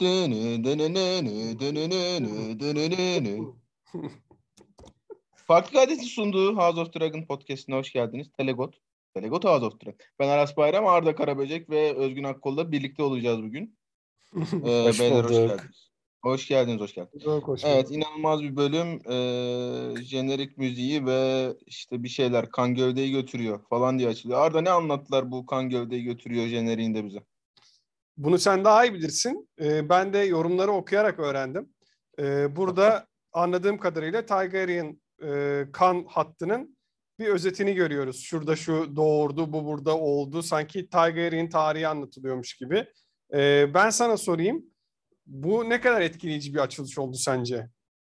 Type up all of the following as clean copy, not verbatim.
Farklı Adet'in sunduğu House of Dragon podcast'ine hoş geldiniz. Telegot House of Dragon. Ben Aras Bayram, Arda Karaböcek ve Özgün Akkol'la birlikte olacağız bugün. Hoş Beyler hoş bulduk. geldiniz. Hoş geldiniz. Evet, inanılmaz bir bölüm. Jenerik müziği ve işte bir şeyler kan gövdeyi götürüyor falan diye açılıyor. Arda, ne anlattılar bu kan gövdeyi götürüyor jeneriğinde bize? Bunu sen daha iyi bilirsin. Ben de yorumları okuyarak öğrendim. Burada anladığım kadarıyla Targaryen kan hattının bir özetini görüyoruz. Şurada şu doğurdu, bu burada oldu. Sanki Targaryen tarihi anlatılıyormuş gibi. Ben sana sorayım. Bu ne kadar etkileyici bir açılış oldu sence?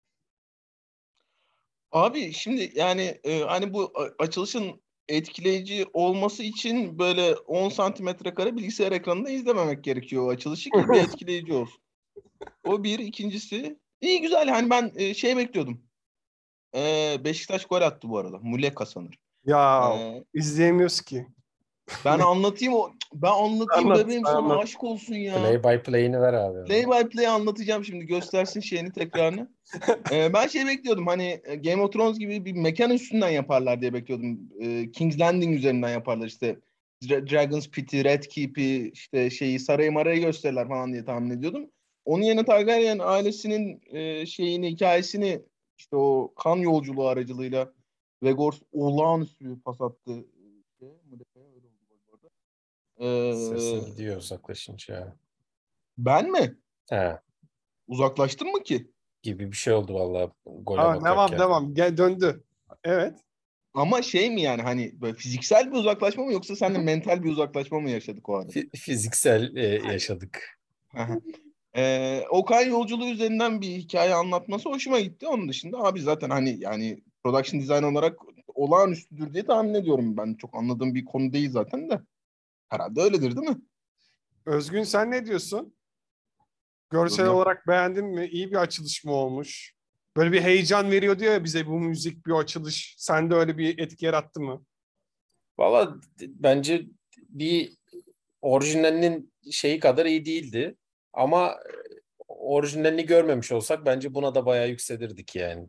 Abi şimdi yani hani bu açılışın etkileyici olması için böyle 10 santimetre kare bilgisayar ekranında izlememek gerekiyor o açılışı ki bir etkileyici olsun. O bir. İkincisi iyi güzel, hani ben şey bekliyordum. Beşiktaş gol attı bu arada. Muleka sanırım. Ya E, izleyemiyoruz ki. ben anlatayım Anlat, bebeğim, sana anlat. aşk olsun ya. Play by play'ini ver abi. Play by play anlatacağım şimdi, göstersin şeyini, tekrarını. Ben şey bekliyordum, hani Game of Thrones gibi bir mekan üstünden yaparlar diye bekliyordum. King's Landing üzerinden yaparlar işte. Dragon's Pit'i, Red Keep'i, işte şeyi, sarayı marayı gösterirler falan diye tahmin ediyordum. Onun yerine Targaryen ailesinin şeyini, hikayesini, işte o kan yolculuğu aracılığıyla Vegors olağanüstü bir pas attı. Öyle oldu bu arada. Sesin gidiyor uzaklaşınca. Ben mi? He, Uzaklaştın mı ki? gibi bir şey oldu vallahi gole bakarken. Devam. Gel, döndü. Evet. Ama şey mi yani, hani böyle fiziksel bir uzaklaşma mı, yoksa seninle mental bir uzaklaşma mı yaşadık o arada? Fiziksel yaşadık. Aha. Okan yolculuğu üzerinden bir hikaye anlatması hoşuma gitti. Onun dışında abi zaten hani yani production design olarak olağanüstüdür diye tahmin ediyorum. Ben çok anladığım bir konu değil zaten de. Herhalde öyledir, değil mi? Özgün, sen ne diyorsun? Görsel Yorum yap. olarak beğendin mi? İyi bir açılış mı olmuş? Böyle bir heyecan veriyordu ya bize bu müzik, bir açılış. Sende öyle bir etki yarattı mı? Valla bence bir orijinalinin şeyi kadar iyi değildi. Ama orijinalini görmemiş olsak bence buna da bayağı yükselirdik yani.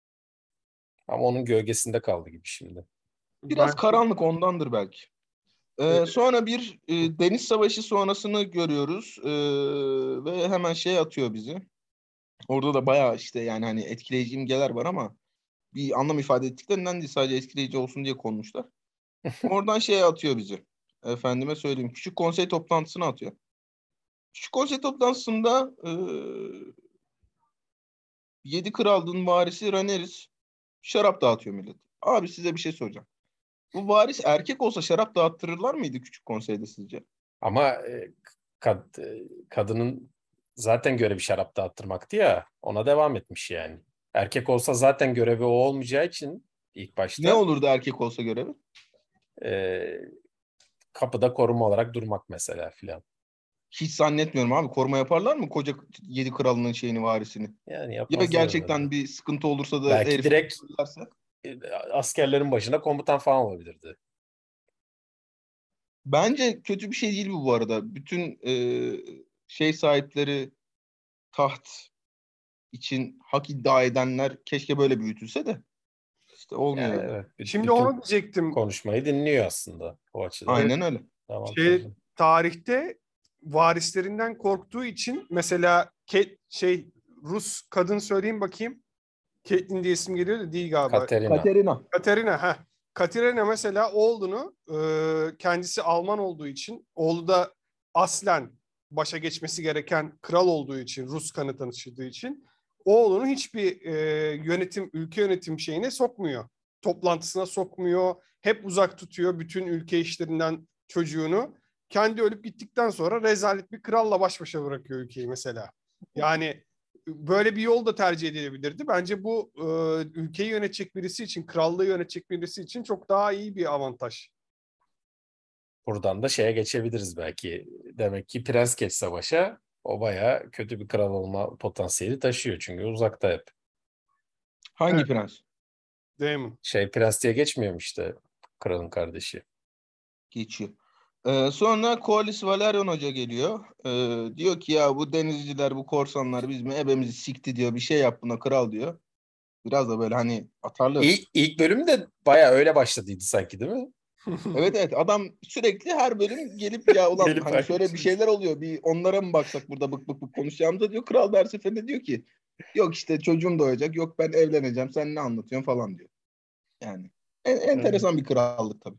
Ama onun gölgesinde kaldı gibi şimdi. Biraz Ben karanlık, ondandır belki. Sonra bir deniz savaşı sonrasını görüyoruz. Ve hemen şey atıyor bizi. Orada da bayağı işte yani hani etkileyici imgeler var ama bir anlam ifade ettiklerinden değil, sadece etkileyici olsun diye konmuşlar. Oradan şey atıyor bizi. Efendime söyleyeyim. Küçük konsey toplantısına atıyor. Küçük konsey toplantısında 7 krallığın varisi Rhaenyra şarap dağıtıyor millet. Abi size bir şey soracağım. Bu varis erkek olsa şarap dağıttırırlar mıydı küçük konseyde sizce? Ama kadının zaten görevi şarap dağıttırmaktı ya. Ona devam etmiş yani. Erkek olsa zaten görevi o olmayacağı için ilk Ne başta olurdu erkek olsa görevi? e, kapıda koruma olarak durmak mesela filan. Hiç zannetmiyorum abi. Koruma yaparlar mı koca 7 kralının şeyini, varisini? Yani Ya yapmazlar herhalde. gerçekten bir sıkıntı olursa da Belki herif direkt öldürürlerse? askerlerin başına komutan falan olabilirdi. Bence kötü bir şey değil bu arada. Bütün şey sahipleri, taht için hak iddia edenler keşke böyle büyütülse de. İşte olmuyor Yani öyle. evet, şimdi onu bütün diyecektim. konuşmayı dinliyor aslında o açıdan. Aynen öyle. Avantajlı. Tarihte varislerinden korktuğu için mesela Rus kadın söyleyeyim bakayım. Caitlyn diye isim geliyor da değil galiba. Katerina. Katerina. Katerina mesela oğlunu kendisi Alman olduğu için, oğlu da aslen başa geçmesi gereken kral olduğu için, Rus kanı tanıştığı için oğlunu hiçbir ülke yönetim şeyine sokmuyor. Toplantısına sokmuyor. Hep uzak tutuyor bütün ülke işlerinden çocuğunu. Kendi ölüp gittikten sonra rezalet bir kralla baş başa bırakıyor ülkeyi mesela. Yani böyle bir yol da tercih edilebilirdi. Bence bu ülkeyi yönetecek birisi için, krallığı yönetecek birisi için çok daha iyi bir avantaj. Buradan da şeye geçebiliriz belki. Demek ki prens geçse başa o bayağı kötü bir kral olma potansiyeli taşıyor. Çünkü uzakta hep. Hangi Evet, prens? Daemon. Prens diye geçmiyor mu işte kralın kardeşi? Geçiyor. Sonra Corlys Velaryon Hoca geliyor. Diyor ki ya bu denizciler, bu korsanlar bizim ebemizi sikti diyor. Bir şey yap buna kral diyor. Biraz da böyle hani atarlı. İlk bölüm de bayağı öyle başladıydı sanki, değil mi? Evet evet, adam sürekli her bölüm gelip ya ulan Gelip hani şöyle bir şeyler oluyor. Bir onlara mı baksak burada bık bık bık konuşacağımıza diyor. Kral da her seferinde diyor ki yok işte çocuğum doğacak. Yok ben evleneceğim. Sen ne anlatıyorsun falan diyor. Yani Evet. enteresan bir krallık tabii.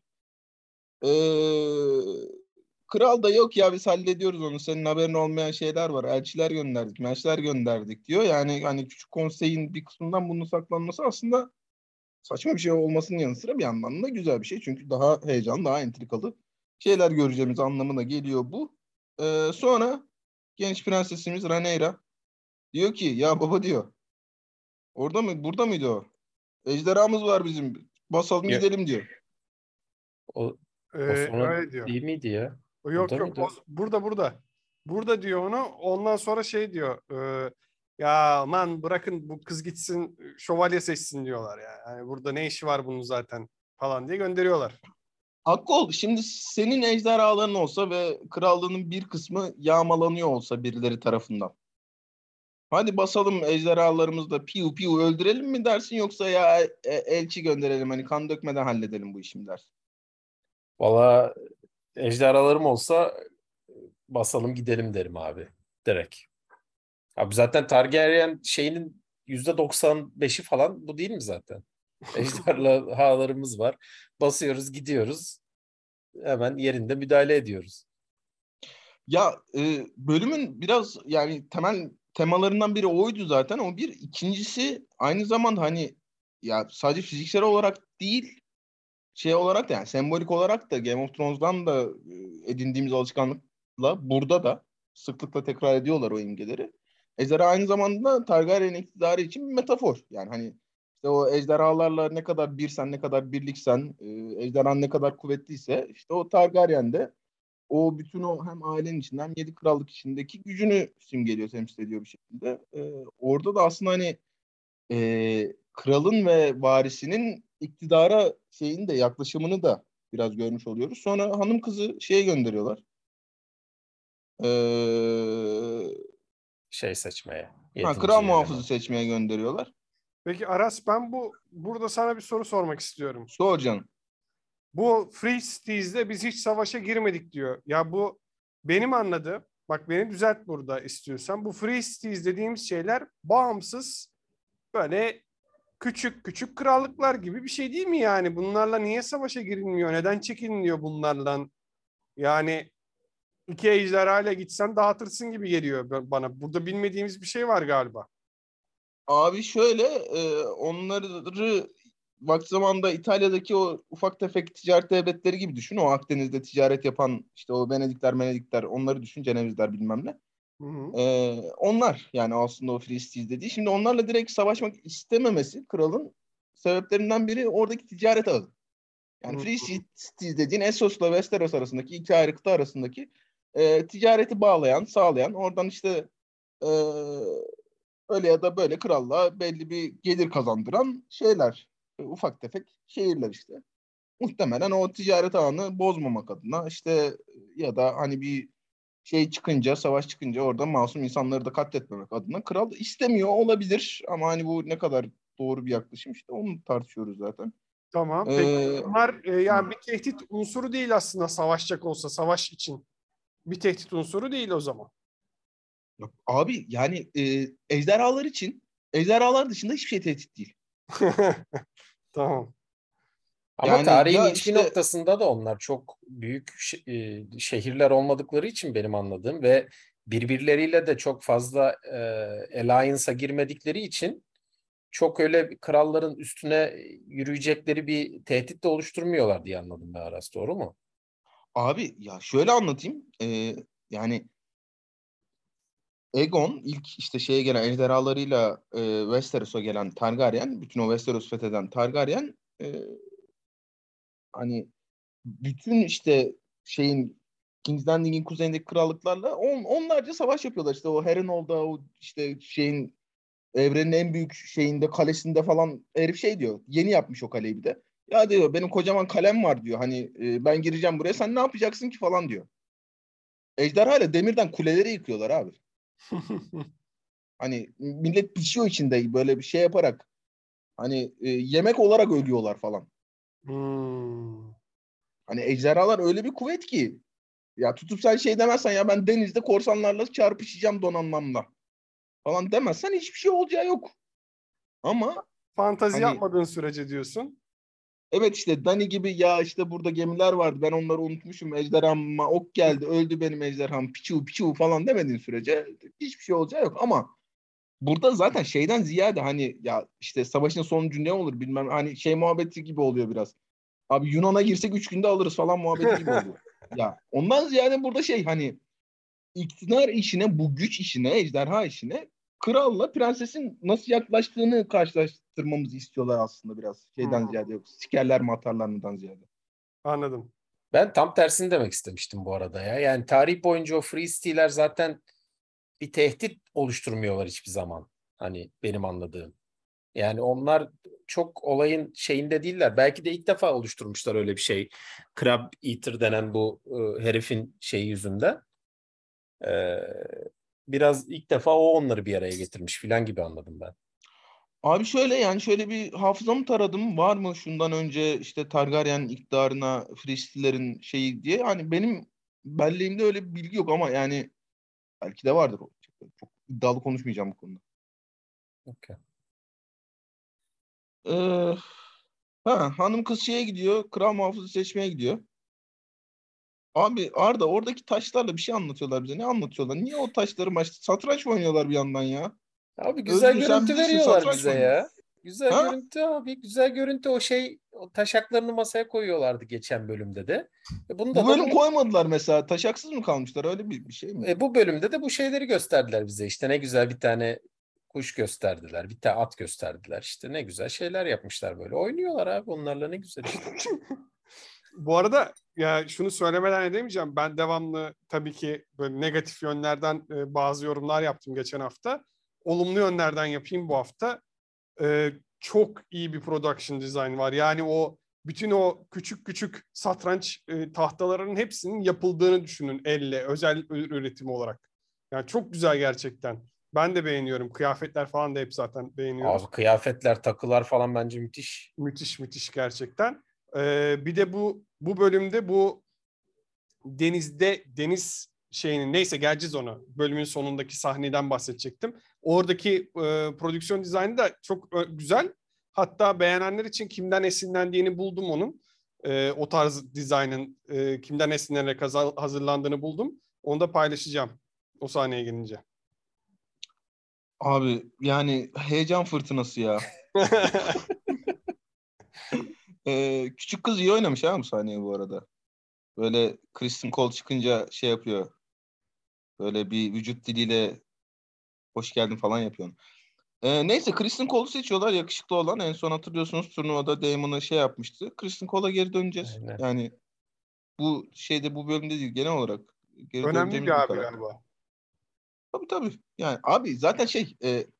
Ee, Kral da yok ya biz hallediyoruz onu. Senin haberin olmayan şeyler var. Elçiler gönderdik diyor. Yani hani küçük konseyin bir kısmından bunun saklanması aslında saçma bir şey olmasının yanı sıra bir yandan da güzel bir şey. Çünkü daha heyecanlı, daha entrikalı şeyler göreceğimiz anlamına geliyor bu. Sonra genç prensesimiz Rhaenyra diyor ki ya baba diyor. Orada mı? Burada mıydı o? Ejderhamız var bizim. Basalım Ya, gidelim diyor. o, Ee, o sonu öyle diyor. değil miydi ya? Yok Burada yok, mıydı? burada. Burada diyor onu. Ondan sonra şey diyor. Ya aman bırakın bu kız gitsin şövalye seçsin diyorlar ya. Yani burada ne işi var bunun zaten falan diye gönderiyorlar. Hakkı oldu. Şimdi senin ejderhaların olsa ve krallığının bir kısmı yağmalanıyor olsa birileri tarafından. Hadi basalım ejderhalarımızı da piu piu öldürelim mi dersin yoksa ya elçi gönderelim hani kan dökmeden halledelim bu işi mi dersin? Valla ejderhalarım olsa basalım gidelim derim abi. Direkt. Abi zaten Targaryen şeyinin %95'i falan bu değil mi zaten? Ejderhalarımız var. Basıyoruz, gidiyoruz. Hemen yerinde müdahale ediyoruz. Ya bölümün biraz yani temel temalarından biri oydu zaten. O bir. İkincisi aynı zamanda hani ya sadece fiziksel olarak değil şey olarak da yani sembolik olarak da Game of Thrones'dan da edindiğimiz alışkanlıkla burada da sıklıkla tekrar ediyorlar o imgeleri. Ejderha aynı zamanda Targaryen iktidarı için bir metafor. Yani hani işte o ejderhalarla ne kadar birsen, ne kadar birliksen, ejderhan ne kadar kuvvetliyse işte o Targaryen'de o bütün o hem ailenin içinde hem yedi krallık içindeki gücünü simgeliyor, temsil ediyor bir şekilde. Orada da aslında hani kralın ve varisinin iktidara şeyin de yaklaşımını da biraz görmüş oluyoruz. Sonra hanım kızı şeye gönderiyorlar. Şey seçmeye. Kral 7. muhafızı eleman. seçmeye gönderiyorlar. Peki Aras, ben burada sana bir soru sormak istiyorum. Sor canım. Bu Free Cities'de biz hiç savaşa girmedik diyor. Ya bu benim anladığım, bak beni düzelt burada istiyorsan. Bu Free Cities dediğimiz şeyler bağımsız böyle küçük küçük krallıklar gibi bir şey değil mi yani? Bunlarla niye savaşa girilmiyor? Neden çekiniliyor bunlardan? Yani iki ejderhayla gitsen dağıtırsın gibi geliyor bana. Burada bilmediğimiz bir şey var galiba. Abi şöyle onları vakti zamanında İtalya'daki o ufak tefek ticaret devletleri gibi düşün. O Akdeniz'de ticaret yapan işte o Venedikler onları düşün. Cenevizler bilmem ne. Hı hı. Onlar yani aslında o Free Cities dediği. Şimdi onlarla direkt savaşmak istememesi kralın sebeplerinden biri oradaki ticaret ağı. Yani Hı. Free Cities dediğin Essos'la Westeros arasındaki iki ayrı kıta arasındaki ticareti bağlayan, sağlayan oradan işte e, öyle ya da böyle krallığa belli bir gelir kazandıran şeyler. Ufak tefek şehirler işte. Muhtemelen o ticaret ağını bozmamak adına işte ya da hani bir şey çıkınca, savaş çıkınca orada masum insanları da katletmemek adına kral istemiyor olabilir. Ama hani bu ne kadar doğru bir yaklaşım işte onu tartışıyoruz zaten. Tamam. Peki Ee, bunlar yani bir tehdit unsuru değil aslında, savaşacak olsa savaş için. Bir tehdit unsuru değil o zaman. abi yani ejderhalar için ejderhalar dışında hiçbir şey tehdit değil. Tamam. Ama Yani tarihin ya hiçbir işte noktasında da onlar çok büyük şehirler olmadıkları için benim anladığım ve birbirleriyle de çok fazla alliance'a girmedikleri için çok öyle kralların üstüne yürüyecekleri bir tehdit de oluşturmuyorlar diye anladım ben Aras. Doğru mu? abi ya şöyle anlatayım. Yani Aegon ilk işte şeye gelen ejderhalarıyla Westeros'a gelen Targaryen, bütün o Westeros fetheden Targaryen hani bütün işte şeyin King's Landing'in kuzeyindeki krallıklarla onlarca savaş yapıyorlar. İşte o Harrenhal'da o işte evrenin en büyük şeyinde kalesinde falan herif şey diyor. Yeni yapmış o kaleyi bir de. Ya diyor benim kocaman kalem var diyor. Hani ben gireceğim buraya, sen ne yapacaksın ki falan diyor. Ejderha ile demirden kuleleri yıkıyorlar abi. Hani millet pişiyor içinde böyle bir şey yaparak. Hani yemek olarak ölüyorlar falan. Hani ejderhalar öyle bir kuvvet ki. Ya tutup sen şey demezsen, ya ben denizde korsanlarla çarpışacağım donanmamla falan demezsen hiçbir şey olacağı yok. Ama Fantazi hani yapmadığın sürece diyorsun. evet işte Dani gibi, ya işte burada gemiler vardı ben onları unutmuşum, ejderhama ok geldi öldü benim ejderham piçu piçu falan demediğin sürece hiçbir şey olacağı yok. Ama burada zaten şeyden ziyade hani ya işte savaşın sonucu ne olur bilmem, hani şey muhabbeti gibi oluyor biraz. Abi Yunan'a girsek 3 günde alırız falan muhabbeti gibi oluyor. Ya ondan ziyade burada şey, hani iktidar işine, bu güç işine, ejderha işine kralla prensesin nasıl yaklaştığını karşılaştırmamızı istiyorlar aslında biraz. Şeyden ziyade yok. Sikerler mi atarlar mıdan ziyade. Anladım. Ben tam tersini demek istemiştim bu arada ya. Yani tarih boyunca o free city'ler zaten bir tehdit oluşturmuyorlar hiçbir zaman. Hani benim anladığım. Yani onlar çok olayın şeyinde değiller. Belki de ilk defa oluşturmuşlar öyle bir şey. Crab Eater denen bu herifin şeyi yüzünden. Ee, biraz ilk defa o onları bir araya getirmiş filan gibi anladım ben. Abi şöyle, yani şöyle bir hafızamı taradım. Var mı şundan önce işte Targaryen iktidarına Friştilerin şeyi diye. Hani benim belleğimde öyle bir bilgi yok ama yani belki de vardır. Çok iddialı konuşmayacağım bu konuda. Okay. Ee, hanım kız şeye gidiyor. Kral muhafızı seçmeye gidiyor. Abi Arda, oradaki taşlarla bir şey anlatıyorlar bize. Ne anlatıyorlar? Niye o taşları satranç mı oynuyorlar bir yandan ya? Abi güzel Özgür sen görüntü bilirsin, veriyorlar satranç mı bize oynuyorlar? ya. Güzel Ha? görüntü abi. Güzel görüntü o taşaklarını masaya koyuyorlardı geçen bölümde de. Bu Bunda da bölüm bu koymadılar mesela. Taşaksız mı kalmışlar? Öyle bir şey mi? bu bölümde de bu şeyleri gösterdiler bize. İşte ne güzel bir tane kuş gösterdiler. Bir tane at gösterdiler. İşte ne güzel şeyler yapmışlar böyle. Oynuyorlar abi onlarla ne güzel işte. Bu arada ya şunu söylemeden edemeyeceğim. Ben devamlı tabii ki böyle negatif yönlerden bazı yorumlar yaptım geçen hafta. Olumlu yönlerden yapayım bu hafta. Çok iyi bir production design var. Yani o bütün o küçük küçük satranç tahtalarının hepsinin yapıldığını düşünün elle, özel üretim olarak. Yani çok güzel gerçekten. Ben de beğeniyorum. Kıyafetler falan da hep zaten beğeniyoruz. Abi kıyafetler, takılar falan bence müthiş. Müthiş müthiş gerçekten. Bir de bu bölümde bu deniz şeyinin, neyse geleceğiz ona. Bölümün sonundaki sahneden bahsedecektim. Oradaki prodüksiyon dizaynı da çok güzel. Hatta beğenenler için kimden esinlendiğini buldum onun. O tarz dizaynın kimden esinlenerek hazırlandığını buldum. Onu da paylaşacağım o sahneye gelince. Abi yani heyecan fırtınası ya. Küçük kız iyi oynamış ha bu sahneyi bu arada. Böyle Kristen Cole çıkınca şey yapıyor. Böyle bir vücut diliyle hoş geldin falan yapıyor. Neyse Kristen Cole'u seçiyorlar, yakışıklı olan. En son hatırlıyorsunuz turnuvada Damon'ı şey yapmıştı. Kristen Cole'a geri döneceğiz. Aynen. Yani bu şeyde, bu bölümde değil, genel olarak geri Önemli bir döneceğimiz bir abi karakter. galiba. Tabii tabii. Yani abi zaten şey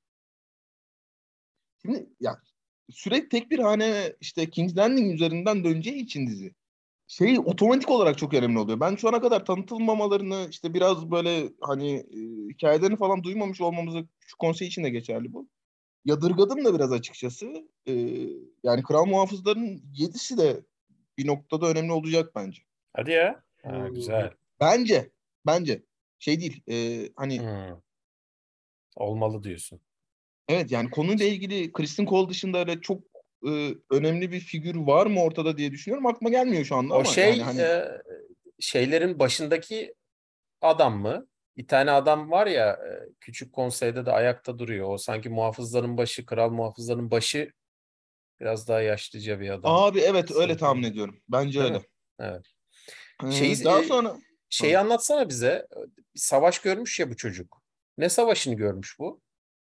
şimdi ya sürekli tek bir hane işte King's Landing üzerinden döneceği için dizi şey otomatik olarak çok önemli oluyor. Ben şu ana kadar tanıtılmamalarını, işte biraz böyle hani hikayelerini falan duymamış olmamızı, şu konsey için de geçerli bu. Yadırgadım da biraz açıkçası. Yani Kral Muhafızların 7'si de bir noktada önemli olacak bence. Hadi ya. Ha, Hmm. güzel. Bence. Bence. Şey değil. Hani Hmm, olmalı diyorsun. evet, yani konuyla ilgili Kristen Cole dışında öyle çok önemli bir figür var mı ortada diye düşünüyorum. Aklıma gelmiyor şu anda O ama yani şey hani şeylerin başındaki adam mı? Bir tane adam var ya küçük konseyde de ayakta duruyor. O sanki muhafızların başı, kral muhafızların başı biraz daha yaşlıca bir adam. abi evet öyle Sanki tahmin öyle. ediyorum. Bence Değil mi? öyle. Evet. Daha Şeyi, sonra şeyi anlatsana bize. Bir savaş görmüş ya bu çocuk. Ne savaşını görmüş bu?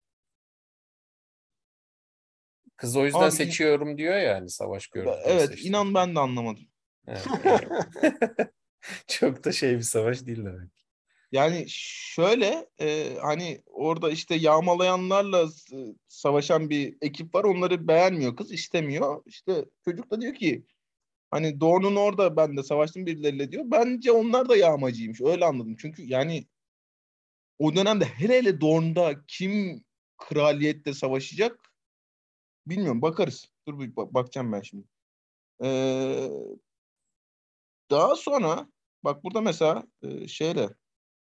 Kız o yüzden abi seçiyorum diyor ya hani savaş gördü diye evet, seçtim inan falan. ben de anlamadım. Evet, yani çok da şey bir savaş değil demek. Yani şöyle hani orada işte yağmalayanlarla savaşan bir ekip var. Onları beğenmiyor kız, istemiyor. İşte çocuk da diyor ki hani Dorne'un orada ben de savaştım birileriyle diyor. Bence onlar da yağmacıymış. Öyle anladım. Çünkü yani o dönemde hele hele Dorne'da kim kraliyette savaşacak bilmiyorum. Bakarız. Dur bir bakacağım ben şimdi. Ee, Daha sonra bak burada mesela şeyle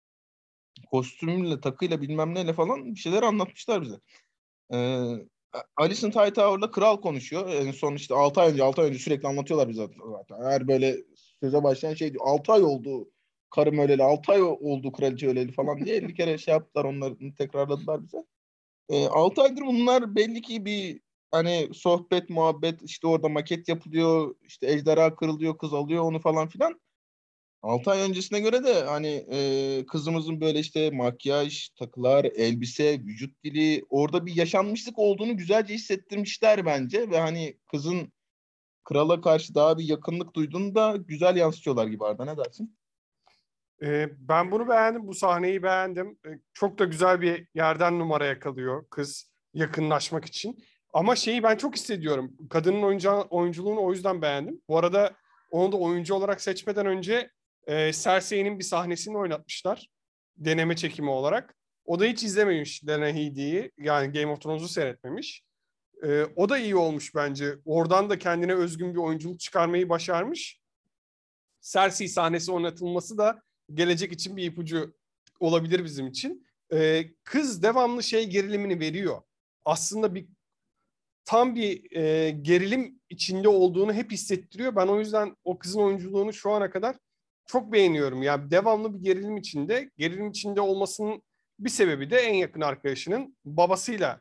kostümle takıyla bilmem neyle falan bir şeyler anlatmışlar bize. Ee, Alicent Hightower'la kral konuşuyor. En son işte 6 ay önce sürekli anlatıyorlar bize zaten. Her böyle söze başlayan şey diyor. 6 ay oldu karım öleli, 6 ay oldu kraliçe öleli falan diye 50 kere şey yaptılar, onları tekrarladılar bize. 6 aydır bunlar belli ki bir hani sohbet, muhabbet, işte orada maket yapılıyor, işte ejderha kırılıyor, kız alıyor onu falan filan. 6 ay öncesine göre de hani kızımızın böyle işte makyaj, takılar, elbise, vücut dili orada bir yaşanmışlık olduğunu güzelce hissettirmişler bence ve hani kızın krala karşı daha bir yakınlık duyduğunu da güzel yansıtıyorlar gibi. Arda, ne dersin? Ben bunu beğendim. Bu sahneyi beğendim. Çok da güzel bir yerden numara yakalıyor kız yakınlaşmak için. Ama şeyi ben çok hissediyorum. Kadının oyunculuğunu o yüzden beğendim. Bu arada onu da oyuncu olarak seçmeden önce Cersei'nin bir sahnesini oynatmışlar. Deneme çekimi olarak. O da hiç izlememiş Lena Headey'yi. Yani Game of Thrones'u seyretmemiş. O da iyi olmuş bence. Oradan da kendine özgün bir oyunculuk çıkarmayı başarmış. Cersei sahnesi oynatılması da gelecek için bir ipucu olabilir bizim için. Kız devamlı gerilimini veriyor. Aslında tam bir gerilim içinde olduğunu hep hissettiriyor. Ben o yüzden o kızın oyunculuğunu şu ana kadar çok beğeniyorum. Yani devamlı bir gerilim içinde. Gerilim içinde olmasının bir sebebi de en yakın arkadaşının babasıyla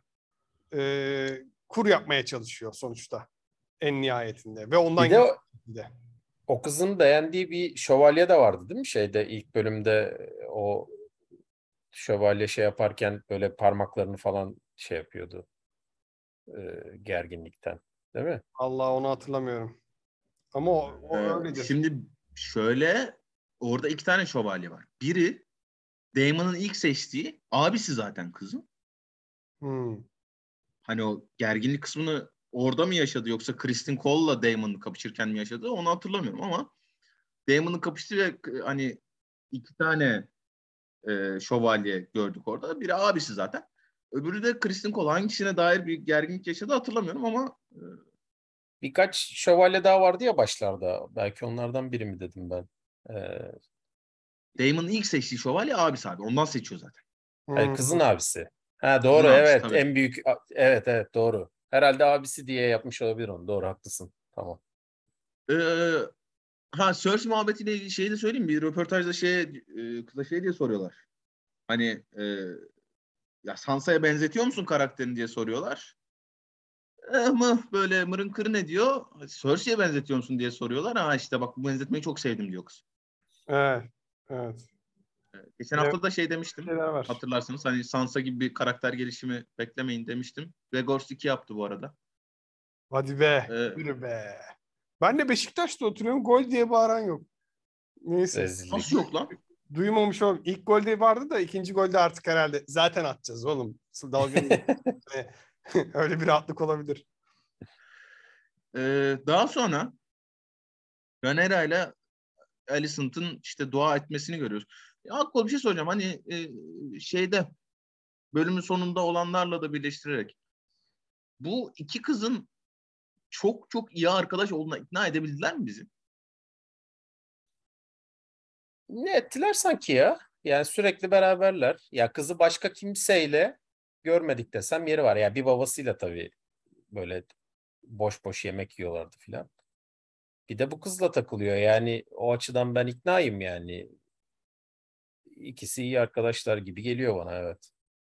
kur yapmaya çalışıyor sonuçta en nihayetinde. Ve Bir ondan de de. o kızın beğendiği bir şövalye de vardı değil mi? Şeyde ilk bölümde o şövalye şey yaparken böyle parmaklarını falan şey yapıyordu gerginlikten. Değil mi? Allah, onu hatırlamıyorum. Ama o öyledir. Şimdi şöyle, orada 2 tane şövalye var. Biri Daemon'ın ilk seçtiği abisi zaten kızın. Hmm. Hani o gerginlik kısmını orada mı yaşadı yoksa Kristen Cole'la Daemon'ı kapışırken mi yaşadı onu hatırlamıyorum ama Daemon'ın kapıştığı ve hani 2 tane şövalye gördük orada. Biri abisi zaten. Öbürü de Kristen Cole. Hangisine dair bir gerginlik yaşadı hatırlamıyorum ama Birkaç şövalye daha vardı ya başlarda. Belki onlardan biri mi dedim ben. Ee, Daemon'ın ilk seçtiği şövalye abisi abi. Ondan seçiyor zaten. Hayır, Hmm. kızın abisi. Ha Kızın doğru, abisi evet, tabii. en büyük, evet evet doğru. Herhalde abisi diye yapmış olabilir onu. Doğru, haklısın. Tamam. Ee, Cersei muhabbetiyle ilgili şeyi de söyleyeyim. Bir röportajda kıza şey diye soruyorlar. Hani ya Sansa'ya benzetiyor musun karakterini diye soruyorlar. Mı böyle mırın kırın ediyor. Cersei'ye benzetiyor musun diye soruyorlar. Ha işte bak bu benzetmeyi çok sevdim diyor kız. Evet. Evet. Geçen Evet, hafta da şey demiştim. şeyler var. Hatırlarsınız hani Sansa gibi bir karakter gelişimi beklemeyin demiştim. Vegors 2 yaptı bu arada. Hadi be. Ee, Yürü be. Ben de Beşiktaş'ta oturuyorum. Gol diye bağıran yok. Neyse. Nasıl Rezillik. yok lan? Duymamış oldum. İlk golde vardı da ikinci golde artık herhalde zaten atacağız oğlum. Dalga mı geçiyorsun? Öyle bir rahatlık olabilir. Daha sonra Rhaenyra ile Alicent'ın işte dua etmesini görüyoruz. Ya aklıma bir şey soracağım. Hani şeyde bölümün sonunda olanlarla da birleştirerek bu iki kızın çok çok iyi arkadaş olduğuna ikna edebildiler mi bizi? Ne ettiler sanki ya? Yani sürekli beraberler. Ya kızı başka kimseyle görmedik desem yeri var. Ya bir babasıyla tabii böyle boş boş yemek yiyorlardı filan. Bir de bu kızla takılıyor. Yani o açıdan ben iknayım yani. İkisi iyi arkadaşlar gibi geliyor bana, evet.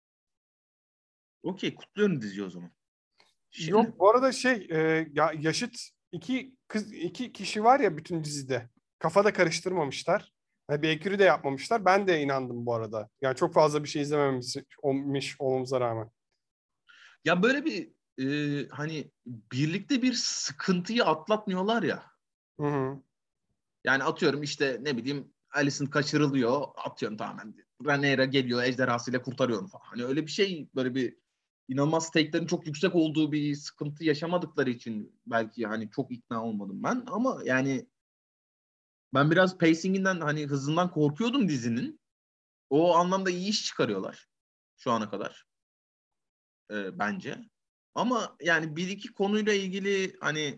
Okey, kutluyorum diziyi o zaman. Şimdi Yok, bu arada ya yaşıt iki kişi var ya bütün dizide. Kafada karıştırmamışlar. Yani bir ekürü de yapmamışlar. Ben de inandım bu arada. Yani çok fazla bir şey izlememiş olmamıza rağmen. ya böyle bir hani birlikte bir sıkıntıyı atlatmıyorlar ya. Hı hı. Yani atıyorum işte ne bileyim Alicent kaçırılıyor. Atıyorum tamamen. Rhaenyra geliyor ejderhasıyla kurtarıyorum falan. Hani öyle bir şey, böyle bir inanılmaz stake'lerin çok yüksek olduğu bir sıkıntı yaşamadıkları için belki hani çok ikna olmadım ben. Ama yani ben biraz pacing'inden, hani hızından korkuyordum dizinin. O anlamda iyi iş çıkarıyorlar şu ana kadar bence. Ama yani bir iki konuyla ilgili hani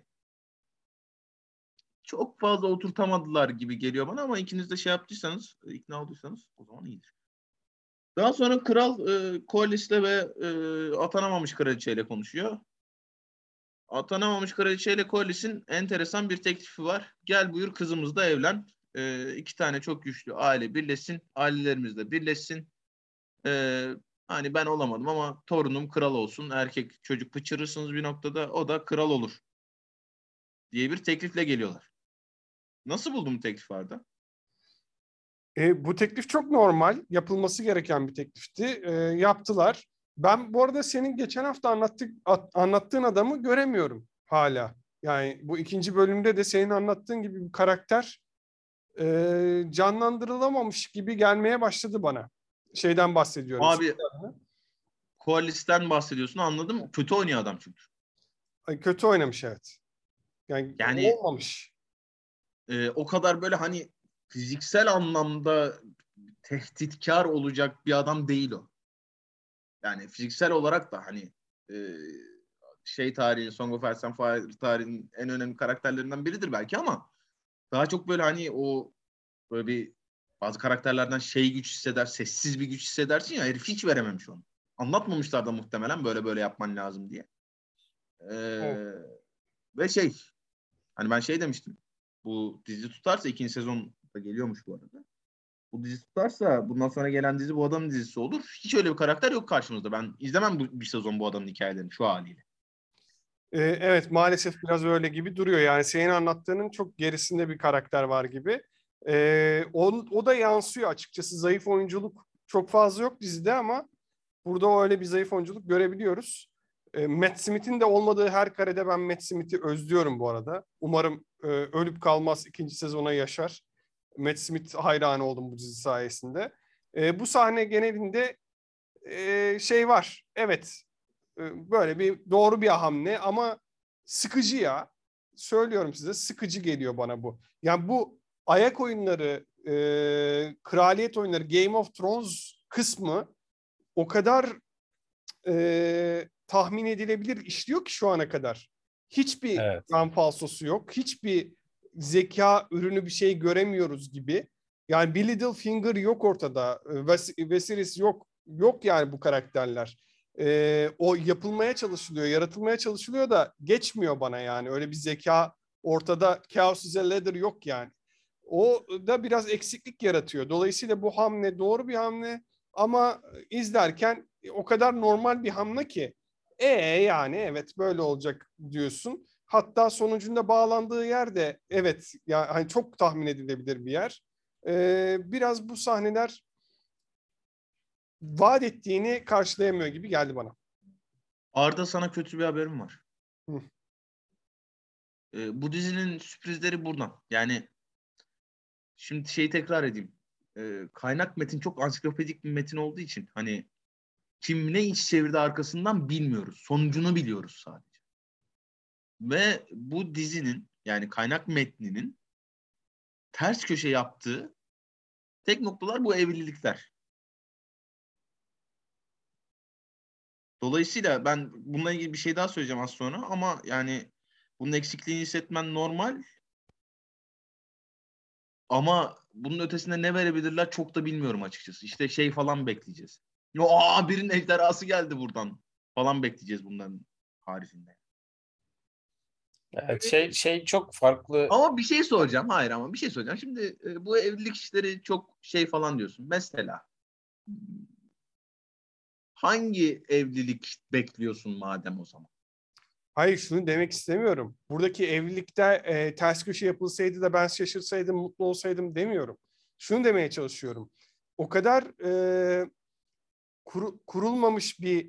çok fazla oturtamadılar gibi geliyor bana, ama ikiniz de şey yaptıysanız, ikna olduysanız o zaman iyidir. Daha sonra kral Corlys'le ve atanamamış kraliçeyle konuşuyor. Atanamamış kraliçeyle Corlys'in enteresan bir teklifi var. Gel buyur kızımızla evlen. İki tane çok güçlü aile birleşsin. Ailelerimiz de birleşsin. E, Hani ben olamadım ama torunum kral olsun. Erkek çocuk pıçırırsınız bir noktada. O da kral olur diye bir teklifle geliyorlar. Nasıl buldun bu teklifi Arda? Bu teklif çok normal. Yapılması gereken bir teklifti. Yaptılar. Ben bu arada senin geçen hafta anlattığın adamı göremiyorum hala. Yani bu ikinci bölümde de senin anlattığın gibi bir karakter canlandırılamamış gibi gelmeye başladı bana. Şeyden bahsediyorum. Abi Corlys'ten bahsediyorsun, anladım. Kötü oynuyor adam çünkü. Kötü oynamış, evet. Yani Yani olmamış. o kadar böyle hani fiziksel anlamda tehditkar olacak bir adam değil o. Yani fiziksel olarak da hani e, Song of Ice and Fire tarihinin en önemli karakterlerinden biridir belki, ama daha çok böyle hani o böyle bir, bazı karakterlerden güç hisseder, sessiz bir güç hissedersin ya, herif hiç verememiş onu. Anlatmamışlar da muhtemelen böyle böyle yapman lazım diye. Evet. Ve hani ben demiştim. Bu dizi tutarsa, ikinci sezon da geliyormuş bu arada. Bu dizi tutarsa bundan sonra gelen dizi bu adamın dizisi olur. Hiç öyle bir karakter yok karşımızda. Ben izlemem bir sezon bu adamın hikayelerini şu haliyle. Evet, maalesef biraz öyle gibi duruyor. Yani senin anlattığının çok gerisinde bir karakter var gibi. O da yansıyor açıkçası. Zayıf oyunculuk çok fazla yok dizide ama burada öyle bir zayıf oyunculuk görebiliyoruz. Matt Smith'in de olmadığı her karede ben Matt Smith'i özlüyorum bu arada. Umarım ölüp kalmaz, ikinci sezona yaşar. Matt Smith hayranı oldum bu dizi sayesinde. Bu sahne genelinde var. Evet, böyle bir doğru bir hamle ama sıkıcı ya. Söylüyorum size, sıkıcı geliyor bana bu. Yani bu ayak oyunları, kraliyet oyunları, Game of Thrones kısmı o kadar tahmin edilebilir işliyor ki şu ana kadar. Hiçbir Evet. kan falsosu yok. Hiçbir zeka ürünü bir şey göremiyoruz gibi. Yani bir Littlefinger yok ortada. Viserys yok. Yok yani bu karakterler. O yapılmaya çalışılıyor, yaratılmaya çalışılıyor da geçmiyor bana yani. Öyle bir zeka ortada. Chaos is a ladder yok yani. O da biraz eksiklik yaratıyor. Dolayısıyla bu hamle doğru bir hamle ama izlerken o kadar normal bir hamle ki yani evet böyle olacak diyorsun. Hatta sonucunda bağlandığı yer de evet yani hani çok tahmin edilebilir bir yer. Biraz bu sahneler vaat ettiğini karşılayamıyor gibi geldi bana. Arda, sana kötü bir haberim var. Hı. Bu dizinin sürprizleri buradan. Yani şimdi tekrar edeyim. Kaynak metin çok ansiklopedik bir metin olduğu için hani kim ne iş çevirdi arkasından bilmiyoruz. Sonucunu biliyoruz sadece. Ve bu dizinin, yani kaynak metninin ters köşe yaptığı tek noktalar bu evlilikler. Dolayısıyla ben bununla ilgili bir şey daha söyleyeceğim az sonra, ama yani bunun eksikliğini hissetmen normal, ama bunun ötesinde ne verebilirler çok da bilmiyorum açıkçası. İşte falan bekleyeceğiz. Birinin ejderhası geldi buradan falan bekleyeceğiz bunların haricinde. Evet, çok farklı. Ama bir şey soracağım. Hayır, ama bir şey soracağım. Şimdi bu evlilik işleri çok falan diyorsun. Mesela hangi evlilik bekliyorsun madem o zaman? Hayır, şunu demek istemiyorum. Buradaki evlilikte ters köşe yapılsaydı da ben şaşırsaydım, mutlu olsaydım demiyorum. Şunu demeye çalışıyorum. O kadar kurulmamış bir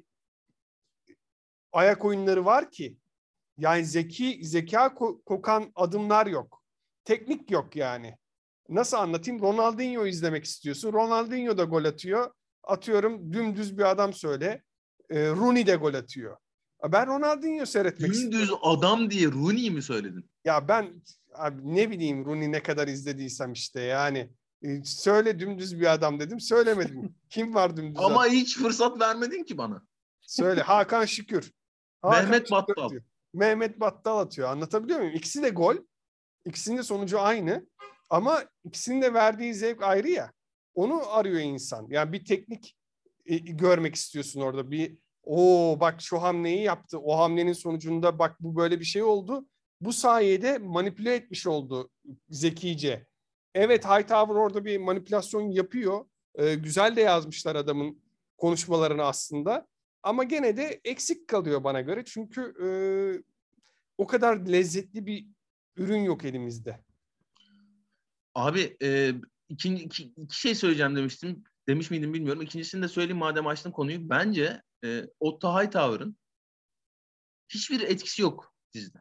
ayak oyunları var ki. Yani zeka kokan adımlar yok. Teknik yok yani. Nasıl anlatayım? Ronaldinho izlemek istiyorsun. Ronaldinho da gol atıyor. Atıyorum dümdüz bir adam söyle. Rooney de gol atıyor. Ben Ronaldinho seyretmek Dümdüz istiyorum. adam diye Rooney'i mi söyledin? Ya ben abi ne bileyim Rooney ne kadar izlediysem işte yani. Söyle dümdüz bir adam dedim. Söylemedim. Kim var dümdüz adam? Ama hiç fırsat vermedin ki bana. Söyle. Hakan Şükür. Hakan Mehmet Şükür Battal. atıyor. Mehmet Battal atıyor. Anlatabiliyor muyum? İkisi de gol. İkisinin de sonucu aynı. Ama ikisinin de verdiği zevk ayrı ya. Onu arıyor insan. Yani bir teknik görmek istiyorsun orada. Bak şu hamleyi yaptı. O hamlenin sonucunda bak bu böyle bir şey oldu. Bu sayede manipüle etmiş oldu zekice. Evet, Hightower orada bir manipülasyon yapıyor. Güzel de yazmışlar adamın konuşmalarını aslında. Ama gene de eksik kalıyor bana göre. Çünkü o kadar lezzetli bir ürün yok elimizde. Abi iki şey söyleyeceğim demiştim. Demiş miydim bilmiyorum. İkincisini de söyleyeyim madem açtım konuyu. Bence Otto Hightower'ın hiçbir etkisi yok dizide.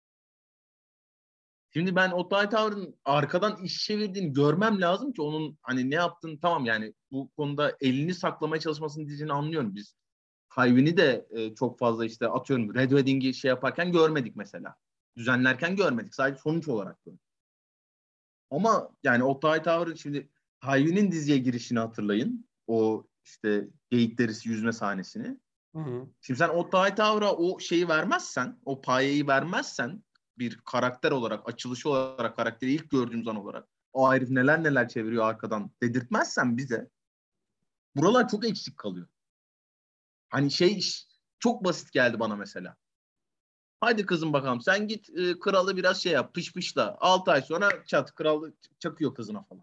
Şimdi ben Otto Hightower'ın arkadan iş çevirdiğini görmem lazım ki onun hani ne yaptığını tamam yani bu konuda elini saklamaya çalışmasını dizini anlıyorum biz. Tywin'i de çok fazla işte atıyorum Red Wedding'i şey yaparken görmedik mesela. Düzenlerken görmedik. Sadece sonuç olarak gördük. Ama yani Otto Hightower'ın şimdi Tywin'in diziye girişini hatırlayın. O işte geyik derisi yüzme sahnesini. Hı hı. Şimdi sen Otto Hightower'a o şeyi vermezsen, o payeyi vermezsen bir karakter olarak, açılışı olarak, karakteri ilk gördüğümüz an olarak o herif neler neler çeviriyor arkadan dedirtmezsen bize buralar çok eksik kalıyor. Hani çok basit geldi bana mesela. Hadi kızım bakalım sen git kralı biraz şey yap pışpışla. 6 ay sonra çat kral çakıyor kızına falan.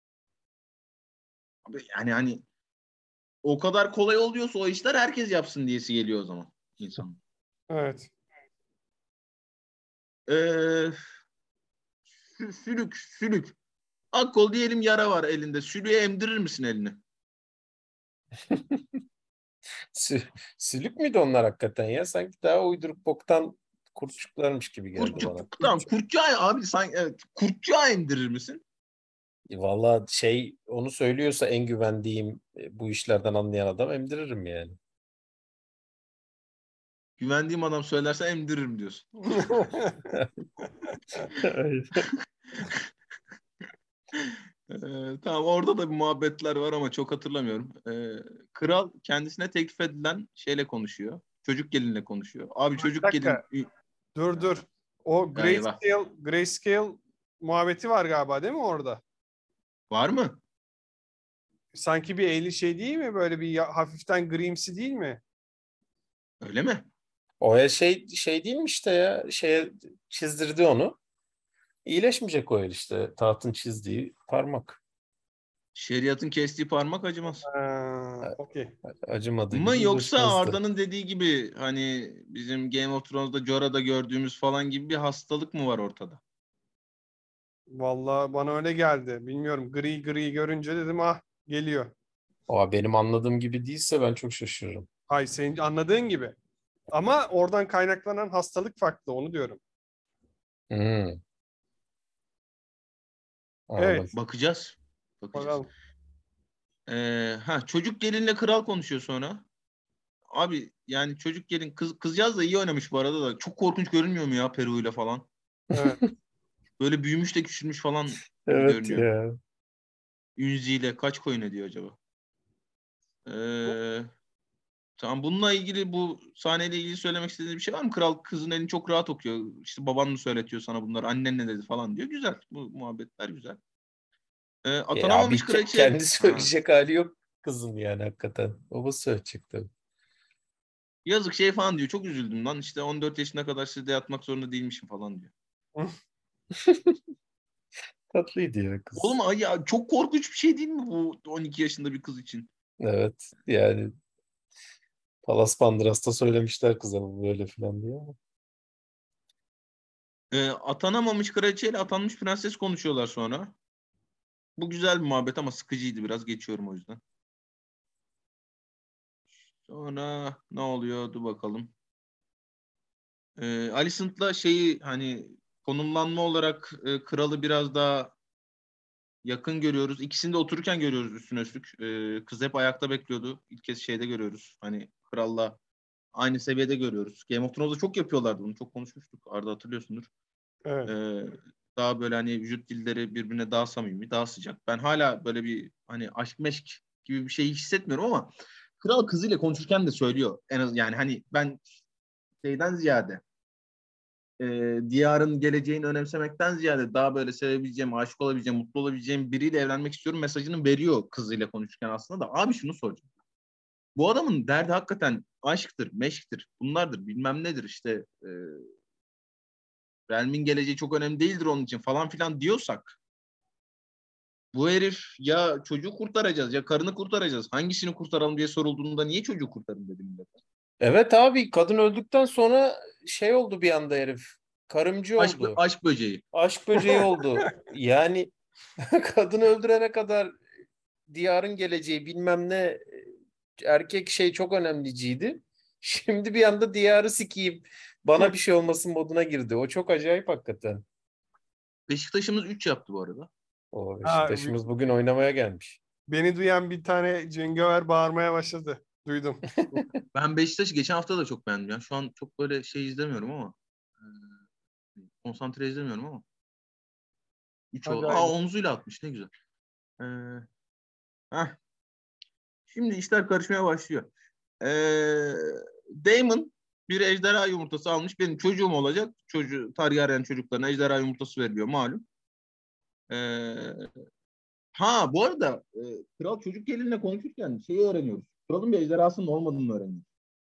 Yani hani o kadar kolay oluyorsa o işler herkes yapsın diyesi geliyor o zaman insanın. Evet. Ee, sülük. Akkol diyelim yara var elinde. Sülüğe emdirir misin elini? Sülük müydü onlar hakikaten ya? Sanki daha uyduruk boktan kurtçuklarmış gibi geldi bana. Tamam kurtçuğa abi sanki evet. Kurtçuğa emdirir misin? Valla onu söylüyorsa en güvendiğim bu işlerden anlayan adam emdiririm yani. Güvendiğim adam söylerse emdiririm diyorsun. Tamam orada da bir muhabbetler var ama çok hatırlamıyorum. Kral kendisine teklif edilen şeyle konuşuyor. Çocuk gelinle konuşuyor. Abi Bir çocuk gelin... dakika. Dur. O Eyvah. Grayscale muhabbeti var galiba değil mi orada? Var mı? Sanki bir eli şey değil mi? Böyle bir hafiften grimsi değil mi? Öyle mi? O el şey değil mi işte ya? Çizdirdi onu. İyileşmeyecek o el işte. Tahtın çizdiği parmak. Şeriatın kestiği parmak acımaz. Okey. Acımadığı Mı gibi yoksa iyileşmezdi. Arda'nın dediği gibi hani bizim Game of Thrones'da Jorah'da gördüğümüz falan gibi bir hastalık mı var ortada? Vallahi bana öyle geldi. Bilmiyorum. Gri görünce dedim geliyor. Aa, benim anladığım gibi değilse ben çok şaşırırım. Hayır, senin anladığın gibi. Ama oradan kaynaklanan hastalık farklı, onu diyorum. Hmm, anladım. Evet. Bakacağız. Bakalım. Çocuk gelinle kral konuşuyor sonra. Abi yani çocuk gelin kızcağız da iyi oynamış bu arada da. Çok korkunç görünmüyor mu ya peruğuyla falan? Evet. Böyle büyümüş de küçülmüş falan gibi Evet görünüyor. ya. Ünziyle kaç koyun ediyor acaba? Tamam bununla ilgili bu sahneyle ilgili söylemek istediğiniz bir şey var mı? Kral kızın elini çok rahat okuyor. İşte baban mı söyletiyor sana bunları? Annen ne dedi falan diyor. Güzel. Bu muhabbetler güzel. Abi Atanamamış kraliçe. kendi söyleyecek hali yok kızın yani hakikaten. Babası söyleyecek tabii. Yazık şey falan diyor. Çok üzüldüm lan. İşte 14 yaşına kadar sizde yatmak zorunda değilmişim falan diyor. Tatlıydı ya kız. Oğlum ya çok korkunç bir şey değil mi bu 12 yaşında bir kız için? Evet yani Palas Pandras'ta söylemişler kıza bu böyle falan diye ama. Atanamamış kraliçeyle atanmış prenses konuşuyorlar sonra. Bu güzel bir muhabbet ama sıkıcıydı biraz. Geçiyorum o yüzden. Sonra ne oluyordu bakalım. Alicent'la şeyi hani konumlanma olarak kralı biraz daha yakın görüyoruz. İkisini de otururken görüyoruz üstüne üstlük. Kız hep ayakta bekliyordu. İlk kez şeyde görüyoruz. Hani kralla aynı seviyede görüyoruz. Game of Thrones'da çok yapıyorlardı bunu. Çok konuşmuştuk. Arda hatırlıyorsundur. Evet. Daha böyle hani vücut dilleri birbirine daha samimi, daha sıcak. Ben hala böyle bir hani aşk meşk gibi bir şey hissetmiyorum ama kral kızıyla konuşurken de söylüyor. En az yani hani ben şeyden ziyade diyarın geleceğini önemsemekten ziyade daha böyle sevebileceğim, aşık olabileceğim, mutlu olabileceğim biriyle evlenmek istiyorum mesajını veriyor kızıyla konuşurken aslında da. Abi şunu soracağım. Bu adamın derdi hakikaten aşktır, meşktir, bunlardır, bilmem nedir işte Realm'in geleceği çok önemli değildir onun için falan filan diyorsak bu herif ya çocuğu kurtaracağız ya karını kurtaracağız. Hangisini kurtaralım diye sorulduğunda niye çocuğu kurtarın dedim millet. Evet abi, kadın öldükten sonra şey oldu bir anda herif. Karımcı oldu. Aşk böceği. Aşk böceği oldu. Yani kadını öldürene kadar diyarın geleceği bilmem ne erkek şey çok önemliciydi. Şimdi bir anda diyarı sikeyim, bana bir şey olmasın moduna girdi. O çok acayip hakikaten. Beşiktaş'ımız 3 yaptı bu arada. O Ha, Beşiktaş'ımız bugün oynamaya gelmiş. beni duyan bir tane cengaver bağırmaya başladı. Duydum. Ben Beşiktaş'ı geçen hafta da çok beğendim. Ya. Şu an çok böyle şey izlemiyorum ama konsantre izlemiyorum ama 3 Hadi oldu. hayırlısı. Omzuyla atmış ne güzel. Ee, heh. Şimdi işler karışmaya başlıyor. Daemon bir ejderha yumurtası almış. Benim çocuğum olacak. Targaryen çocuklarına ejderha yumurtası veriliyor malum. Ee, bu arada kral çocuk gelinle konuşurken şeyi öğreniyoruz. Kralın bir ejderhasının olmadığını öğreniyoruz.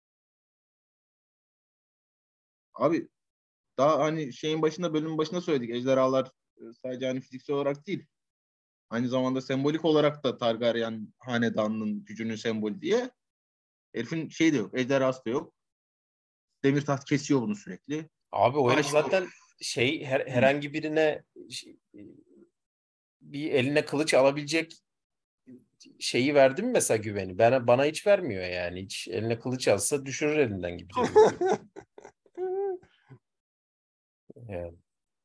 Abi daha hani şeyin başında bölümün başında söyledik. Ejderhalar sadece hani fiziksel olarak değil. Aynı zamanda sembolik olarak da Targaryen hanedanının gücünün sembolü diye. Herifin şey de yok. Ejderhası da yok. Demirtaht kesiyor bunu sürekli. Abi o herif Aşk yok. zaten herhangi birine bir eline kılıç alabilecek şeyi verdi mi mesela, güveni? Bana hiç vermiyor yani. Hiç eline kılıç alsa düşürür elinden gibi geliyor. Yani.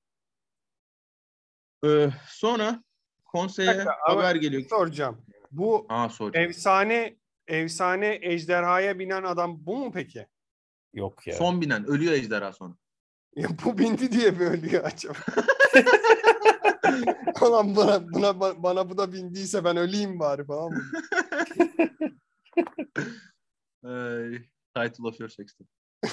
Sonra Bir konseye dakika, ama haber bir şey geliyor. soracağım. Bu Sor. efsane ejderhaya binen adam bu mu peki? Yok ya. Son binen. Ölüyor ejderha sonra. Ya bu bindi diye mi ölüyor acaba? Ulan bana bu da bindiyse ben öleyim bari falan mı? Title of your sex tape.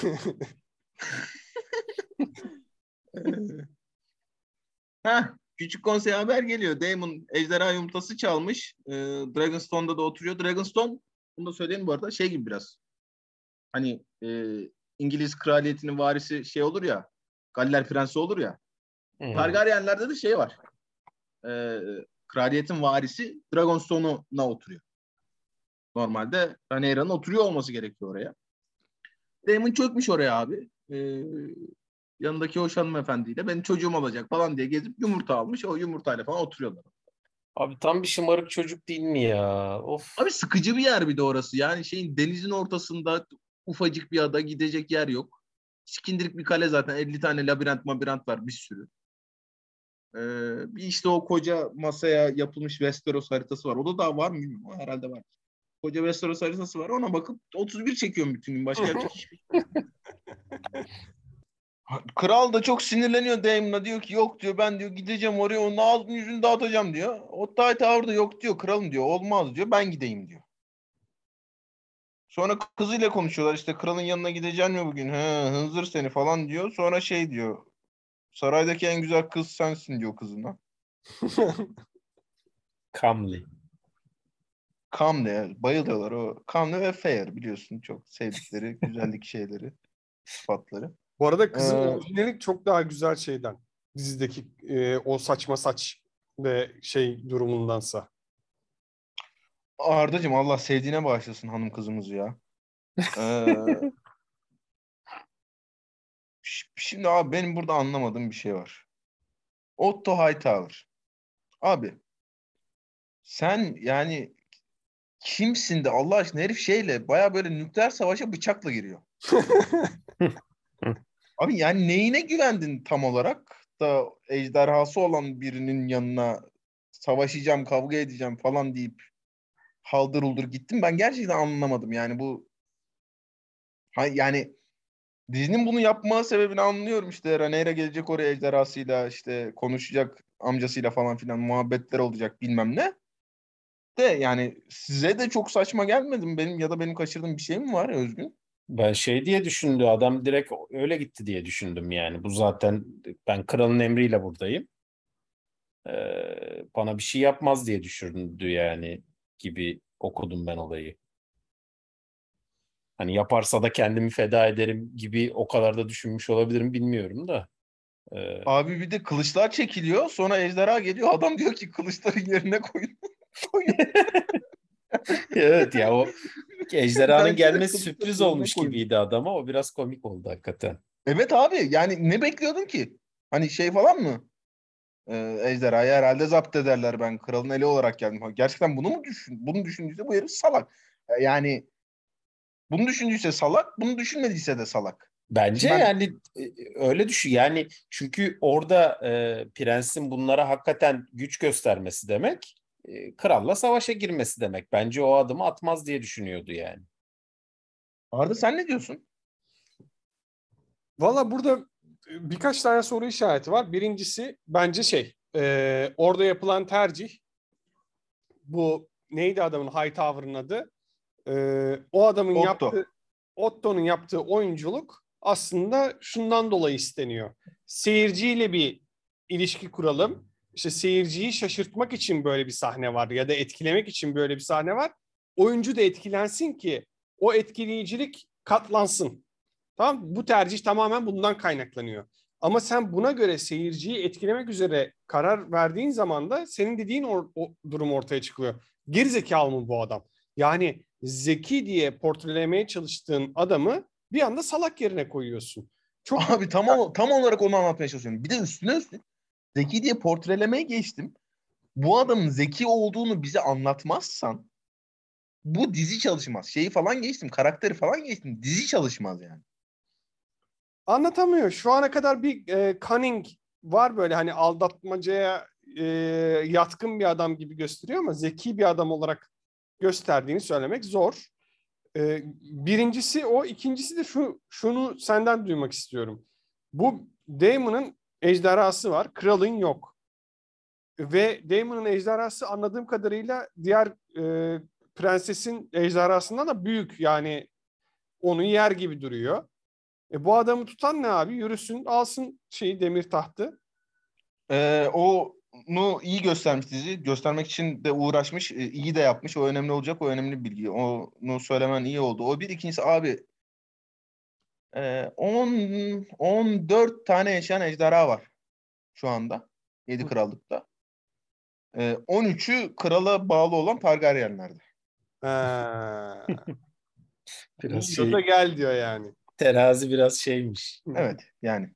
Küçük konseye haber geliyor. Daemon ejderha yumurtası çalmış. Dragonstone'da da oturuyor. Dragonstone, bunu da söyleyeyim bu arada, şey gibi biraz. Hani İngiliz kraliyetinin varisi şey olur ya. Galler prensi olur ya. Targaryenlerde de şey var. Kraliyetin varisi Dragonstone'una oturuyor. Normalde Rhaenyra'nın oturuyor olması gerekiyor oraya. Daemon çökmüş oraya abi. Yanındaki hoş hanımefendiyle benim çocuğum olacak falan diye gezip yumurta almış. O yumurtayla falan oturuyorlar. Abi tam bir şımarık çocuk değil mi ya? Of. Abi sıkıcı bir yer bir de orası. Yani şeyin denizin ortasında ufacık bir ada, gidecek yer yok. Sikindirik bir kale zaten. 50 tane labirent var bir sürü. Bir işte o koca masaya yapılmış Westeros haritası var. O da daha var mı bilmiyorum. O herhalde var. Koca Westeros haritası var. Ona bakıp 31 çekiyorum bütün gün. Başka yapacak hiçbir şey yok. Kral da çok sinirleniyor Daemon'a, diyor ki yok diyor, ben diyor gideceğim oraya, onun ağzını yüzünü dağıtacağım diyor. Ottay Tower'da yok diyor, kralım diyor, olmaz diyor, ben gideyim diyor. Sonra kızıyla konuşuyorlar, işte kralın yanına gideceksin mi bugün, hınzır seni falan diyor. Sonra şey diyor, saraydaki en güzel kız sensin diyor kızına. Kamli. Comely, bayılıyorlar o. Comely ve fair, biliyorsun, çok sevdikleri güzellik şeyleri, sıfatları. Bu arada kızın orijinali çok daha güzel şeyden. Dizideki o saçma saç ve şey durumundansa. Ardacığım Allah sevdiğine bağışlasın hanım kızımızı ya. Ee, Şimdi abi benim burada anlamadığım bir şey var. Otto Hightower. Abi sen yani kimsin de Allah aşkına, herif şeyle baya böyle nükleer savaşa bıçakla giriyor. Abi yani neyine güvendin tam olarak da ejderhası olan birinin yanına savaşacağım, kavga edeceğim falan deyip haldır uldur gittim. Ben gerçekten anlamadım. Yani bu yani dizinin bunu yapma sebebini anlıyorum. İşte Rhaenyra gelecek oraya ejderhasıyla, işte konuşacak amcasıyla falan filan, muhabbetler olacak bilmem ne. De yani size de çok saçma gelmedi mi? Benim ya da benim kaçırdığım bir şey mi var Özgün? Ben şey diye düşündü, adam direkt öyle gitti diye düşündüm yani. Bu zaten ben kralın emriyle buradayım. Bana bir şey yapmaz diye düşündü yani gibi okudum ben olayı. Hani yaparsa da kendimi feda ederim gibi o kadar da düşünmüş olabilirim bilmiyorum da. Abi bir de kılıçlar çekiliyor. Sonra ejderha geliyor. Adam diyor ki kılıçları yerine koyun. Koyun. Evet ya, o ejderhanın Bence de gelmesi kılıçları sürpriz yerine olmuş koyun. gibiydi adama. O biraz komik oldu hakikaten. Evet abi, yani ne bekliyordun ki? Hani şey falan mı? Ejderhayı herhalde zapt ederler, ben kralın eli olarak geldim. Ha, gerçekten bunu mu bunu düşündüyse bu herif salak. Yani bunu düşündüyse salak, bunu düşünmediyse de salak. Bence Şimdi ben yani öyle düşün. Yani çünkü orada prensin bunlara hakikaten güç göstermesi demek, kralla savaşa girmesi demek. Bence o adımı atmaz diye düşünüyordu yani. Arda, sen ne diyorsun? Valla burada birkaç tane soru işareti var. Birincisi bence orada yapılan tercih, bu neydi adamın, Hightower'ın adı? O adamın Otto. yaptığı, Otto'nun yaptığı oyunculuk aslında şundan dolayı isteniyor. Seyirciyle bir ilişki kuralım. İşte seyirciyi şaşırtmak için böyle bir sahne var ya da etkilemek için böyle bir sahne var. Oyuncu da etkilensin ki o etkileyicilik katlansın. Tamam, bu tercih tamamen bundan kaynaklanıyor. Ama sen buna göre seyirciyi etkilemek üzere karar verdiğin zaman da senin dediğin o durum ortaya çıkıyor. Gerizekalı mı bu adam? Yani zeki diye portrelemeye çalıştığın adamı bir anda salak yerine koyuyorsun. Çok Abi tam olarak onu anlatmaya çalışıyorum. Bir de üstüne zeki diye portrelemeye geçtim. Bu adamın zeki olduğunu bize anlatmazsan bu dizi çalışmaz. Şeyi falan geçtim, karakteri falan geçtim. Dizi çalışmaz yani. anlatamıyor. Şu ana kadar bir cunning var, böyle hani aldatmacaya yatkın bir adam gibi gösteriyor ama zeki bir adam olarak gösterdiğini söylemek zor. Birincisi o. İkincisi de şunu senden duymak istiyorum. Bu Daemon'ın ejderhası var. Kralın yok. Ve Daemon'ın ejderhası anladığım kadarıyla diğer prensesin ejderhasından da büyük. Yani onu yer gibi duruyor. Bu adamı tutan ne abi? Yürüsün, alsın demir tahtı. Onu iyi göstermiş dizi. Göstermek için de uğraşmış. İyi de yapmış. O önemli olacak. O önemli bir bilgi. Onu söylemen iyi oldu. O bir. İkincisi abi, 14 tane yaşayan ejderha var şu anda. 7 krallıkta. 13'ü krala bağlı olan Targaryenler'de. Ha. Biraz Yiyorsa gel diyor yani. terazi biraz şeymiş. Evet yani.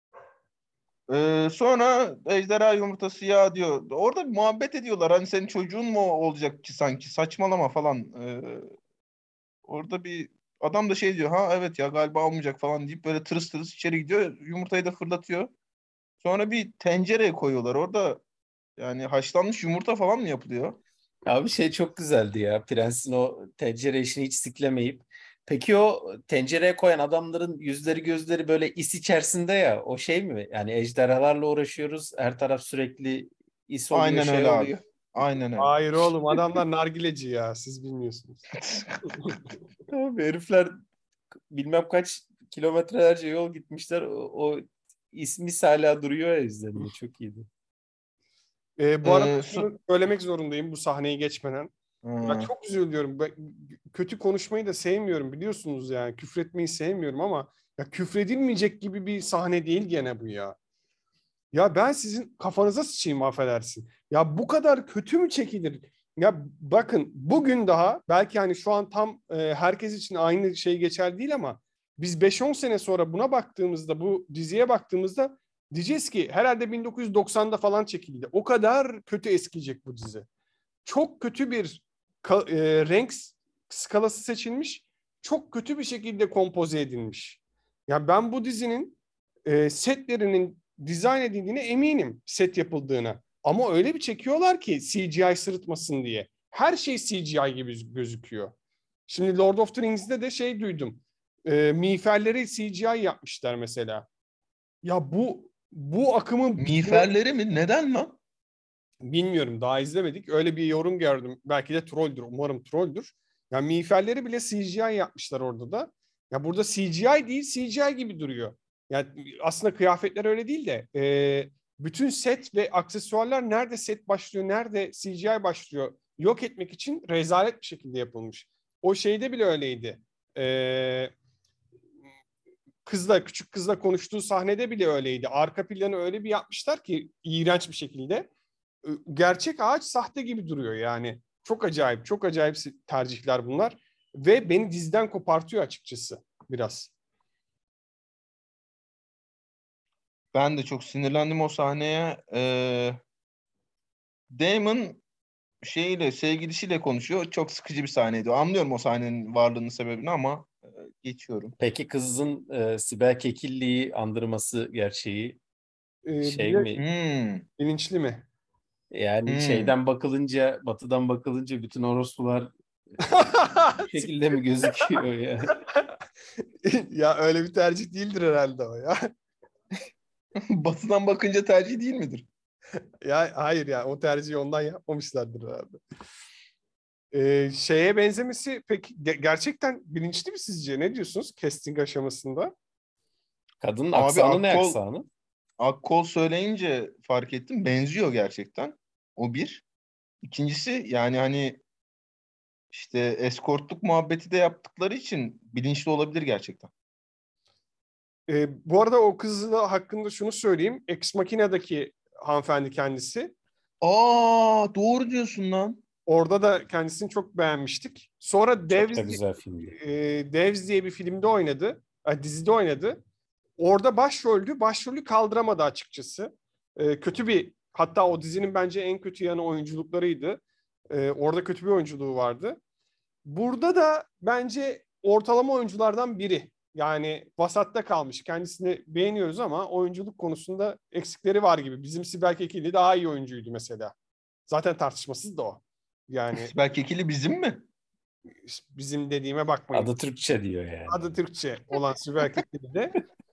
Sonra ejderha yumurtası ya diyor. Orada muhabbet ediyorlar. Hani senin çocuğun mu olacak ki sanki? Saçmalama falan. Orada bir adam da şey diyor. Ha evet ya, galiba olmayacak falan deyip böyle tırıs tırıs içeri gidiyor. Yumurtayı da fırlatıyor. Sonra bir tencereye koyuyorlar. Orada yani haşlanmış yumurta falan mı yapılıyor? Abi şey çok güzeldi ya. Prensin o tencere işini hiç siklemeyip. Peki o tencereye koyan adamların yüzleri gözleri böyle is içerisinde ya. O şey mi? Yani ejderhalarla uğraşıyoruz. Her taraf sürekli is oluyor, Aynen şey öyle abi. oluyor. Aynen öyle. Hayır oğlum, adamlar nargileci ya, siz bilmiyorsunuz. Abi herifler bilmem kaç kilometrelerce yol gitmişler. O ismi hala duruyor ya izlerinde. Çok iyiydi. Bu arada Ee, su- şunu söylemek zorundayım bu sahneyi geçmeden. Ya Hmm. çok üzülüyorum. Ben kötü konuşmayı da sevmiyorum, biliyorsunuz yani. Küfretmeyi sevmiyorum ama ya küfredilmeyecek gibi bir sahne değil gene bu ya. Ya ben sizin kafanıza sıçayım, affedersin. Ya bu kadar kötü mü çekilir? Ya bakın, bugün daha belki hani şu an tam herkes için aynı şey geçerli değil ama biz 5-10 sene sonra buna baktığımızda, bu diziye baktığımızda diyeceğiz ki herhalde 1990'da falan çekildi. O kadar kötü eskiyecek bu dizi. Çok kötü bir renk skalası seçilmiş. Çok kötü bir şekilde kompoze edilmiş. Ya ben bu dizinin setlerinin dizayn edildiğine eminim, set yapıldığına. Ama öyle bir çekiyorlar ki CGI sırıtmasın diye. Her şey CGI gibi gözüküyor. Şimdi Lord of the Rings'de de şey duydum. Miğferleri CGI yapmışlar mesela. Ya bu akımı Miğferleri mi? Neden lan? bilmiyorum, daha izlemedik. Öyle bir yorum gördüm. Belki de trolldür. Umarım trolldür. Ya miğferleri bile CGI yapmışlar orada da. Ya burada CGI değil, CGI gibi duruyor. Yani aslında kıyafetler öyle değil de bütün set ve aksesuarlar nerede set başlıyor, nerede CGI başlıyor yok etmek için rezalet bir şekilde yapılmış. O şeyde bile öyleydi. E, küçük kızla konuştuğu sahnede bile öyleydi. Arka planı öyle bir yapmışlar ki iğrenç bir şekilde. Gerçek ağaç sahte gibi duruyor yani. Çok acayip, çok acayip tercihler bunlar. Ve beni diziden kopartıyor açıkçası biraz. Ben de çok sinirlendim o sahneye. Damon sevgilisiyle konuşuyor. Çok sıkıcı bir sahneydi. Anlıyorum o sahnenin varlığının sebebini ama geçiyorum. Peki kızın Sibel Kekilli'yi andırması gerçeği şey Bize mi? bilinçli mi? Yani şeyden bakılınca, batıdan bakılınca bütün orospular bu şekilde mi gözüküyor ya? Ya öyle bir tercih değildir herhalde o ya. Batıdan bakınca tercih değil midir? Ya hayır ya, o tercihi ondan yapmamışlardır herhalde. Şeye benzemesi pek gerçekten bilinçli mi sizce? Ne diyorsunuz casting aşamasında? Kadının Abi aksanı ne aksanı? Akkol söyleyince fark ettim. Benziyor gerçekten. O bir. İkincisi yani hani işte eskortluk muhabbeti de yaptıkları için bilinçli olabilir gerçekten. Bu arada o kızla hakkında şunu söyleyeyim. Ex Machina'daki hanımefendi kendisi. Aa, doğru diyorsun lan. Orada da kendisini çok beğenmiştik. Sonra Çok da güzel filmdi. Devs diye bir filmde oynadı. Dizide oynadı. Orada başrolü kaldıramadı açıkçası. Hatta o dizinin bence en kötü yanı oyunculuklarıydı. Orada kötü bir oyunculuğu vardı. Burada da bence ortalama oyunculardan biri. Yani vasatta kalmış. Kendisini beğeniyoruz ama oyunculuk konusunda eksikleri var gibi. Bizim Sibel Kekilli daha iyi oyuncuydu mesela. Zaten tartışmasız da o. Yani Sibel Kekilli bizim mi? bizim dediğime bakmayın. Adı Türkçe diyor yani. Adı Türkçe olan Sibel Kekilli de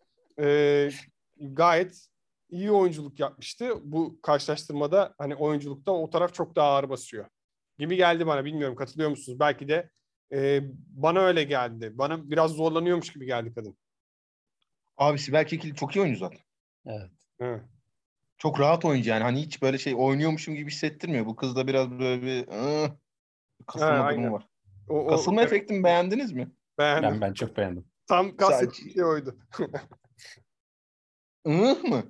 gayet iyi oyunculuk yapmıştı. Bu karşılaştırmada hani oyunculuktan o taraf çok daha ağır basıyor gibi geldi bana. Bilmiyorum, katılıyor musunuz? Belki de bana öyle geldi. Bana biraz zorlanıyormuş gibi geldi kadın. Abi Sibel Kekilli çok iyi oyuncu zaten. Evet. Hı. Çok rahat oyuncu yani. Hani hiç böyle şey oynuyormuşum gibi hissettirmiyor. Bu kızda biraz böyle bir kasılma durumu Aynen. var. O Kasılma efektini beğendiniz mi? beğendim. Ben çok beğendim. Tam Sadece kastettiğim şey oydu. mı?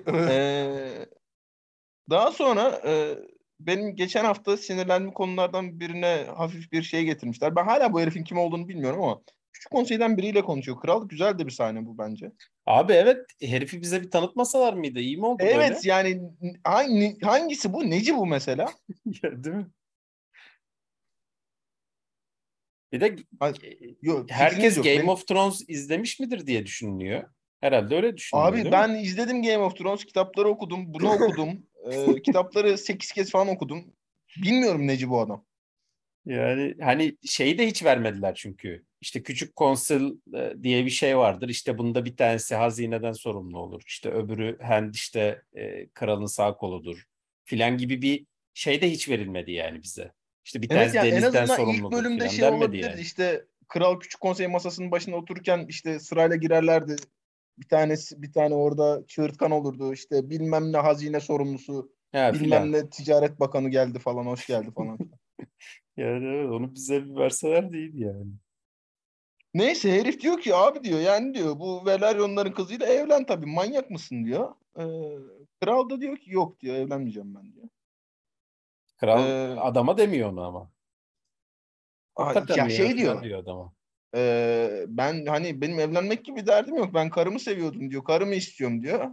Daha sonra benim geçen hafta sinirlendiğim konulardan birine hafif bir şey getirmişler. Ben hala bu herifin kim olduğunu bilmiyorum ama Küçük Konsey'den biriyle konuşuyor. Kral, güzel de bir sahne bu bence. Abi evet, herifi bize bir tanıtmasalar mıydı? İyi mi oldu böyle? Evet yani hangisi bu? Neci bu mesela? Ya, değil mi? Bir de Yok, fikriniz herkes yok. Game of Thrones izlemiş midir diye düşünülüyor. Herhalde öyle düşünülüyor, Abi değil ben mi? izledim Game of Thrones, kitapları okudum, bunu okudum. Kitapları 8 kez falan okudum. Bilmiyorum neci bu adam. Yani hani şeyi de hiç vermediler çünkü. İşte küçük konsil diye bir şey vardır. İşte bunda bir tanesi hazineden sorumlu olur. İşte öbürü Hand işte kralın sağ koludur filan gibi bir şey de hiç verilmedi yani bize. İşte bir Evet tanesi ya, en denizden azından ilk sorumludur bölümde filan şey denmedi olabilir. yani. İşte kral küçük konsey masasının başında otururken işte sırayla girerlerdi. Bir tane orada çığırtkan olurdu. İşte bilmem ne hazine sorumlusu, Ha bilmem filan. ne ticaret bakanı geldi falan, hoş geldi falan. Yani evet, onu bize bir verseler değil yani. Neyse herif diyor ki abi diyor, yani diyor bu Velaryonların kızıyla evlen tabii, manyak mısın diyor. Kral da diyor ki yok diyor, evlenmeyeceğim ben diyor. Kral Ee, adama demiyor onu ama. Hakikaten Ya mi ya şey filan diyor. diyor adama. Ben hani benim evlenmek gibi derdim yok. Ben karımı seviyordum diyor. Karımı istiyorum diyor.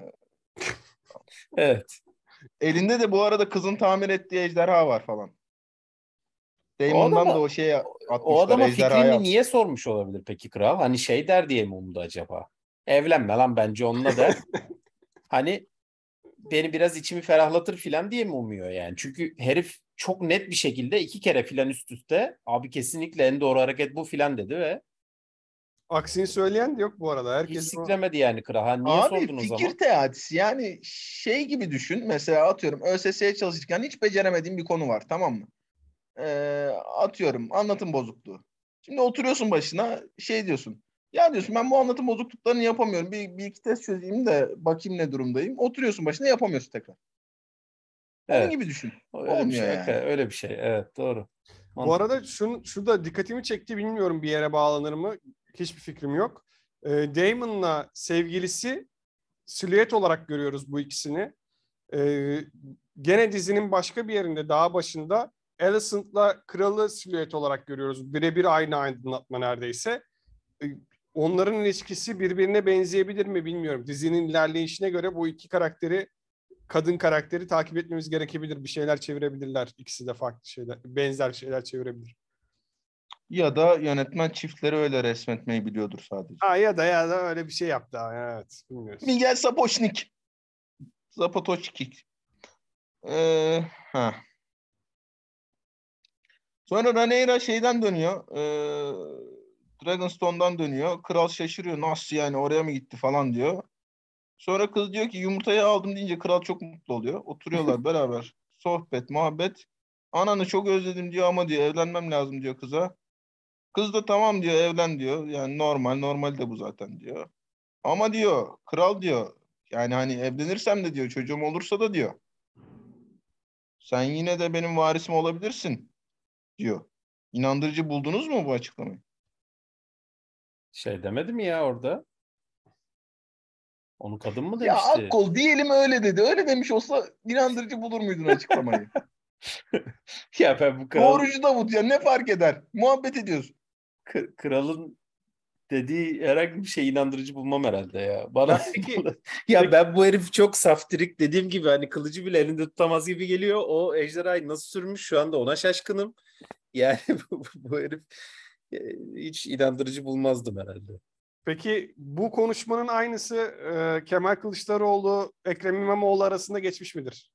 Evet. Elinde de bu arada kızın tamir ettiği ejderha var falan. O Daemon'dan da adama o şeye o atmışlar. adama Ejderhaya fikrini atmışlar. niye sormuş olabilir peki kral? Hani şey der diye mi umdu acaba? Evlenme lan bence onunla der. Hani beni biraz içimi ferahlatır filan diye mi umuyor yani? Çünkü herif çok net bir şekilde 2 kere filan üst üste abi kesinlikle en doğru hareket bu filan dedi ve Aksini söyleyen de yok bu arada. hiç Herkes o... siklemedi yani kral. Ha, niye Abi sordun o fikir zaman? teatisi yani şey gibi düşün. Mesela atıyorum ÖSS'ye çalışırken hiç beceremediğin bir konu var, tamam mı? Atıyorum anlatım bozukluğu. Şimdi oturuyorsun başına şey diyorsun. Ya diyorsun ben bu anlatım bozukluklarını yapamıyorum. Bir iki test çözeyim de bakayım ne durumdayım. Oturuyorsun başına yapamıyorsun tekrar. Onun gibi Evet. düşün. Öyle bir Olmuyor şey. yani. Okay, öyle bir şey. Evet, doğru. Bu Mantıklı. arada şu da dikkatimi çekti. Bilmiyorum bir yere bağlanır mı? Hiçbir fikrim yok. Damon'la sevgilisi silüet olarak görüyoruz bu ikisini. Ee, Gene dizinin başka bir yerinde daha başında Alicent'la kralı silüet olarak görüyoruz. Birebir aynı aydınlatma neredeyse. Ee, Onların ilişkisi birbirine benzeyebilir mi bilmiyorum. Dizinin ilerleyişine göre bu iki karakteri, kadın karakteri takip etmemiz gerekebilir. Bir şeyler çevirebilirler. İkisi de farklı şeyler, benzer şeyler çevirebilir. Ya da yönetmen çiftleri öyle resmetmeyi biliyordur sadece. Ha, ya da öyle bir şey yaptı. Evet, bilmiyoruz. Miguel Sapochnik. Zapotochnik. Ha. Sonra Rhaenyra şeyden dönüyor. Dragonstone'dan dönüyor. Kral şaşırıyor. Nasıl yani oraya mı gitti falan diyor. Sonra kız diyor ki yumurtayı aldım deyince kral çok mutlu oluyor. Oturuyorlar beraber. Sohbet, muhabbet. Ananı çok özledim diyor ama diyor evlenmem lazım diyor kıza. Kız da tamam diyor evlen diyor. Yani normal de bu zaten diyor. Ama diyor kral diyor yani hani evlenirsem de diyor çocuğum olursa da diyor. Sen yine de benim varisim olabilirsin diyor. İnandırıcı buldunuz mu bu açıklamayı? Şey demedi mi ya orada? Onu kadın mı Ya demişti? Akkol diyelim öyle dedi. Öyle demiş olsa inandırıcı bulur muydun açıklamayı? Ya ben bu kral Doğrucu Davut ya ne fark eder? Muhabbet ediyorsun. kralın dediği herhangi bir şey inandırıcı bulmam herhalde ya. Ya peki, Ya peki ben bu herif çok saftirik dediğim gibi hani kılıcı bile elinde tutamaz gibi geliyor. O ejderhayı nasıl sürmüş şu anda ona şaşkınım. Yani bu herif e, hiç inandırıcı bulmazdım herhalde. peki bu konuşmanın aynısı Kemal Kılıçdaroğlu, Ekrem İmamoğlu arasında geçmiş midir?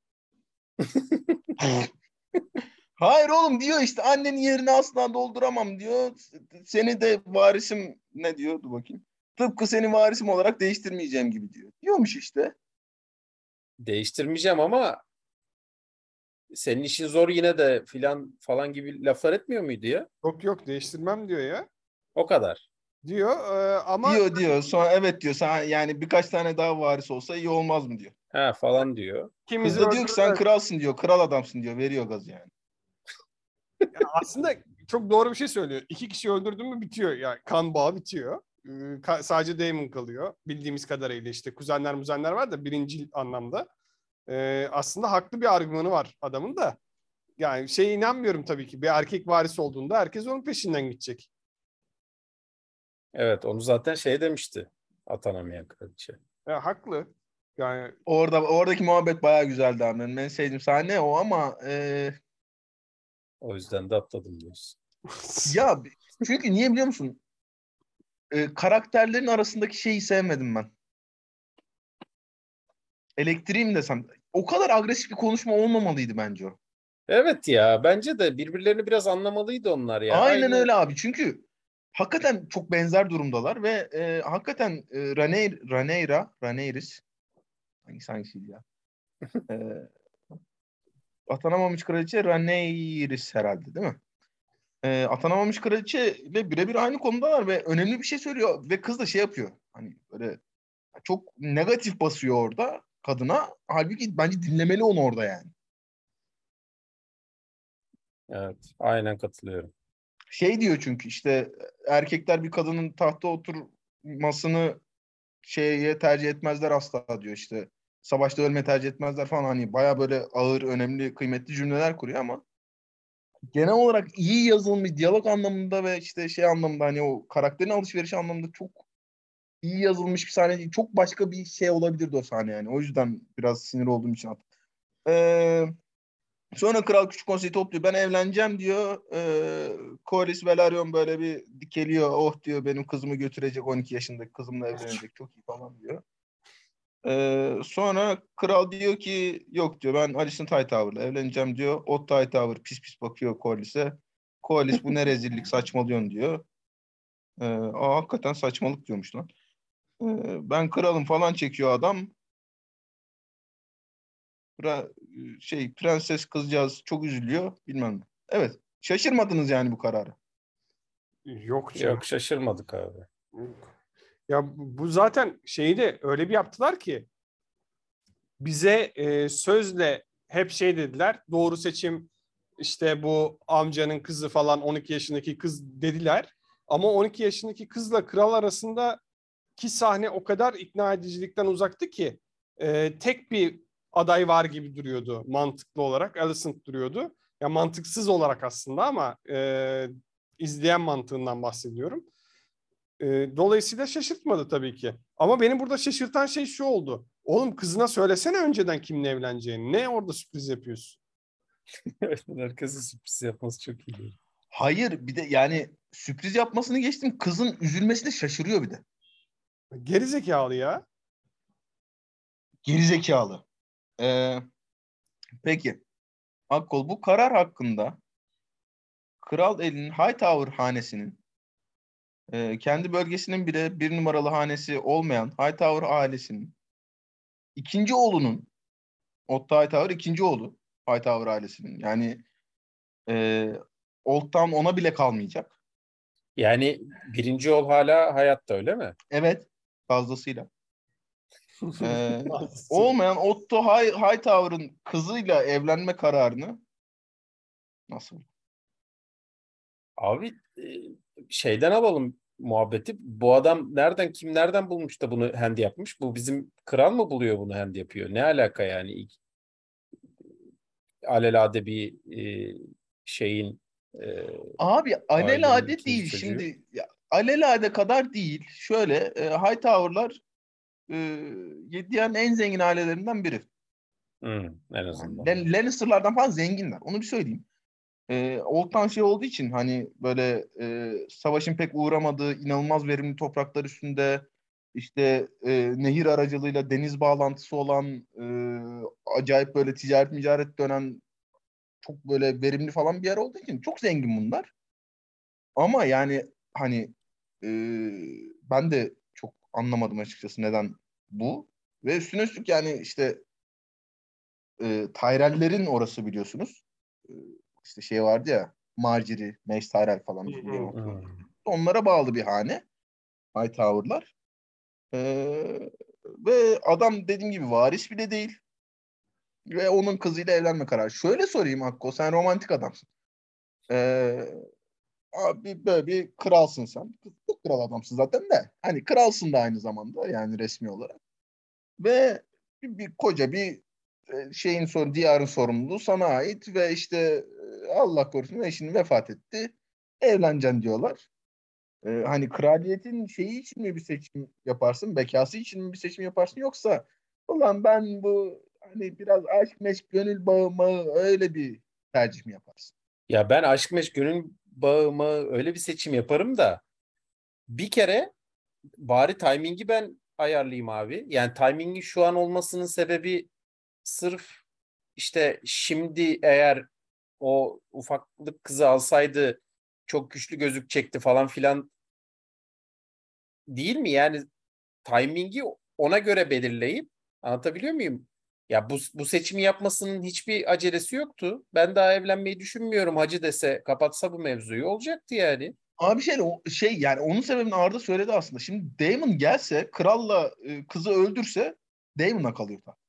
Hayır oğlum diyor işte annenin yerini asla dolduramam diyor. Seni de varisim ne diyor? Dur bakayım. Tıpkı seni varisim olarak değiştirmeyeceğim gibi diyor. Diyormuş işte. Değiştirmeyeceğim ama senin işin zor yine de filan falan gibi laflar etmiyor muydu ya? Yok değiştirmem diyor ya. O kadar. Diyor ama Diyor. Sonra evet diyor. Sana yani birkaç tane daha varis olsa iyi olmaz mı diyor. Ha falan diyor. Kız ikimizi da diyor ki sen öldürürler. kralsın diyor. Kral adamsın diyor. Veriyor gazı yani. Yani aslında çok doğru bir şey söylüyor. İki kişi öldürdün mü bitiyor. Yani kan bağı bitiyor. Sadece Daemon kalıyor. Bildiğimiz kadarıyla işte kuzenler var da birincil anlamda. Aslında haklı bir argümanı var adamın da. Yani şeye inanmıyorum tabii ki. Bir erkek varis olduğunda herkes onun peşinden gidecek. Evet onu zaten şey demişti. Atanamayan kraliçe. Ya, haklı. Yani Oradaki muhabbet bayağı güzeldi abi. Benim en sevdiğim sahne o ama O yüzden de atladım diyorsun. ya çünkü niye biliyor musun? Karakterlerin arasındaki şeyi sevmedim ben. Elektriği mi desem? O kadar agresif bir konuşma olmamalıydı bence o. Evet ya bence de birbirlerini biraz anlamalıydı onlar ya. Aynen Aynı öyle abi. Çünkü hakikaten çok benzer durumdalar ve hakikaten Rhaenyra hangisiydi ya? E, Atanamamış kraliçe Rhaenyra herhalde değil mi? Atanamamış kraliçe ile birebir aynı konudalar ve önemli bir şey söylüyor ve kız da şey yapıyor. Hani böyle çok negatif basıyor orada kadına. Halbuki bence dinlemeli onu orada yani. evet aynen katılıyorum. Şey diyor çünkü işte erkekler bir kadının tahta oturmasını şeye tercih etmezler asla diyor işte. Savaşta ölme tercih etmezler falan hani baya böyle ağır, önemli, kıymetli cümleler kuruyor ama genel olarak iyi yazılmış diyalog anlamında ve işte şey anlamında hani o karakterin alışverişi anlamında çok iyi yazılmış bir sahne değil. Çok başka bir şey olabilirdi o sahne yani. O yüzden biraz sinir olduğum için attım. Ee, Sonra Kral Küçük Konseyi topluyor. Ben evleneceğim diyor. Corlys Velaryon böyle bir dikeliyor. Oh diyor benim kızımı götürecek 12 yaşındaki kızımla evlenecek. Çok iyi falan diyor. Sonra kral diyor ki yok diyor, ben Alicent Hightower'la evleneceğim diyor. Otto Hightower pis pis bakıyor Corlys'e. Corlys bu ne rezillik, saçmalıyorsun diyor. Hakikaten saçmalık diyormuş lan. Ben kralım falan çekiyor adam. Prenses kızcağız çok üzülüyor bilmem ne. Evet. Şaşırmadınız yani bu kararı. Yok canım. Yok, şaşırmadık abi. Ya bu zaten şeyi de öyle bir yaptılar ki bize sözle hep şey dediler. Doğru seçim işte bu amcanın kızı falan 12 yaşındaki kız dediler. Ama 12 yaşındaki kızla kral arasındaki sahne o kadar ikna edicilikten uzaktı ki tek bir aday var gibi duruyordu mantıklı olarak. Alicent duruyordu. Ya mantıksız olarak aslında ama izleyen mantığından bahsediyorum. Dolayısıyla şaşırtmadı tabii ki. Ama beni burada şaşırtan şey şu oldu. Oğlum kızına söylesene önceden kiminle evleneceğini. Ne orada sürpriz yapıyorsun? Herkese sürpriz yapması çok iyi. Hayır, bir de yani sürpriz yapmasını geçtim. Kızın üzülmesine şaşırıyor bir de. Geri zekalı ya. Gerizekalı. Peki. Akkol, bu karar hakkında Kral El'in Hightower hanesinin kendi bölgesinin bile bir numaralı hanesi olmayan Hightower ailesinin ikinci oğlunun, Otto Hightower ikinci oğlu Hightower ailesinin, yani Old Town ona bile kalmayacak. Yani birinci yol hala hayatta, öyle mi? Evet, fazlasıyla. Olmayan Otto Hightower'ın kızıyla evlenme kararını nasıl? Abi şeyden alalım muhabbeti. Bu adam kim nereden bulmuş da bunu hand yapmış? Bu bizim kral mı buluyor bunu hand yapıyor? Ne alaka yani? Alelade bir şeyin Abi ailenin alelade ikinci değil çocuğu. şimdi. Ya, alelade kadar değil. Şöyle Hightower'lar Yediğin en zengin ailelerinden biri. En Yani azından. Lannister'lardan falan zenginler. Onu bir söyleyeyim. Old Town şey olduğu için hani böyle savaşın pek uğramadığı inanılmaz verimli topraklar üstünde, işte nehir aracılığıyla deniz bağlantısı olan, acayip böyle ticaret dönen, çok böyle verimli falan bir yer olduğu için çok zengin bunlar. Ama yani hani e, ben de çok anlamadım açıkçası neden bu. Ve üstüne üstlük yani işte Tyrell'lerin orası biliyorsunuz. E, işte şey vardı ya, Margaery, Mace Tyrell falan bizim Game of Thrones. Onlara bağlı bir hane. Hightower'lar. Ve adam dediğim gibi varis bile değil. Ve onun kızıyla evlenme kararı. Şöyle sorayım Hakko, sen romantik adamsın. Ee, Abi böyle bir kralsın sen. Çok kral adamsın zaten de. Hani kralsın da aynı zamanda yani resmi olarak. Ve koca bir diyarın sorumluluğu sana ait ve işte Allah korusun eşin vefat etti. Evleneceksin diyorlar. Hani kraliyetin şeyi için mi bir seçim yaparsın? Bekası için mi bir seçim yaparsın? Yoksa ulan ben bu hani biraz aşk meşk gönül bağı öyle bir tercih mi yaparsın? Ya ben aşk meşk gönül bağımı öyle bir seçim yaparım da bir kere bari timingi ben ayarlayayım abi. Yani timingin şu an olmasının sebebi sırf işte şimdi eğer o ufaklık kızı alsaydı çok güçlü gözükecekti falan filan değil mi? Yani timingi ona göre belirleyip, anlatabiliyor muyum? Ya bu seçimi yapmasının hiçbir acelesi yoktu. Ben daha evlenmeyi düşünmüyorum hacı dese, kapatsa bu mevzuyu, olacaktı yani. Abi yani onun sebebini Arda söyledi aslında. Şimdi Daemon gelse kralla kızı öldürse Daemon'a kalıyor taht.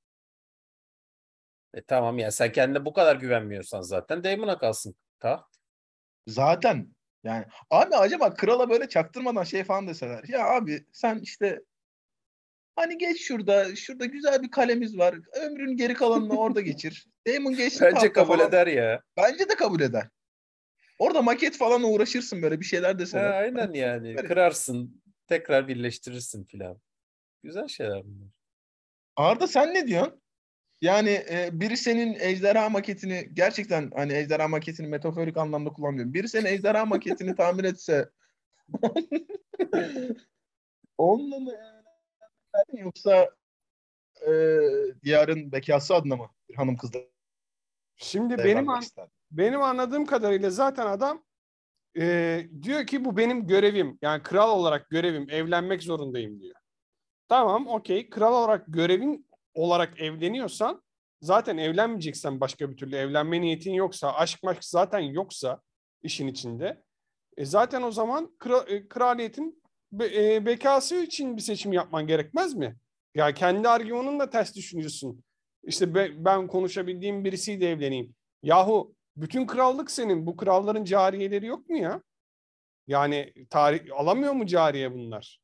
Tamam ya, sen kendine bu kadar güvenmiyorsan zaten Daemon'a kalsın taht. Zaten yani abi acaba krala böyle çaktırmadan şey falan deseler. Ya abi sen işte hani geç şurada güzel bir kalemiz var. Ömrün geri kalanını orada geçir. Daemon geçsin Bence tahta kabul falan. eder ya. Bence de kabul eder. Orada maket falan uğraşırsın, böyle bir şeyler Ha, deseler. aynen yani. Kırarsın, tekrar birleştirirsin filan. Güzel şeyler bunlar. Arda sen ne diyorsun? Yani biri senin ejderha maketini, gerçekten hani ejderha maketini metaforik anlamda kullanmıyorum. Biri senin ejderha maketini tamir etse onunla mı evlendin, yoksa diyarın bekası adına mı bir hanım kızla Şimdi evlenmek ister? benim anladığım kadarıyla zaten adam diyor ki bu benim görevim. Yani kral olarak görevim. Evlenmek zorundayım diyor. Tamam, okey. Kral olarak görevin olarak evleniyorsan zaten evlenmeyeceksen başka bir türlü evlenme niyetin yoksa, aşk maşk zaten yoksa işin içinde. Zaten o zaman kraliyetin bekası için bir seçim yapman gerekmez mi? Ya kendi argümanınla ters düşünüyorsun. İşte ben konuşabildiğim birisiyle evleneyim. Yahu bütün krallık senin. Bu kralların cariyeleri yok mu ya? Yani tarih alamıyor mu cariye bunlar?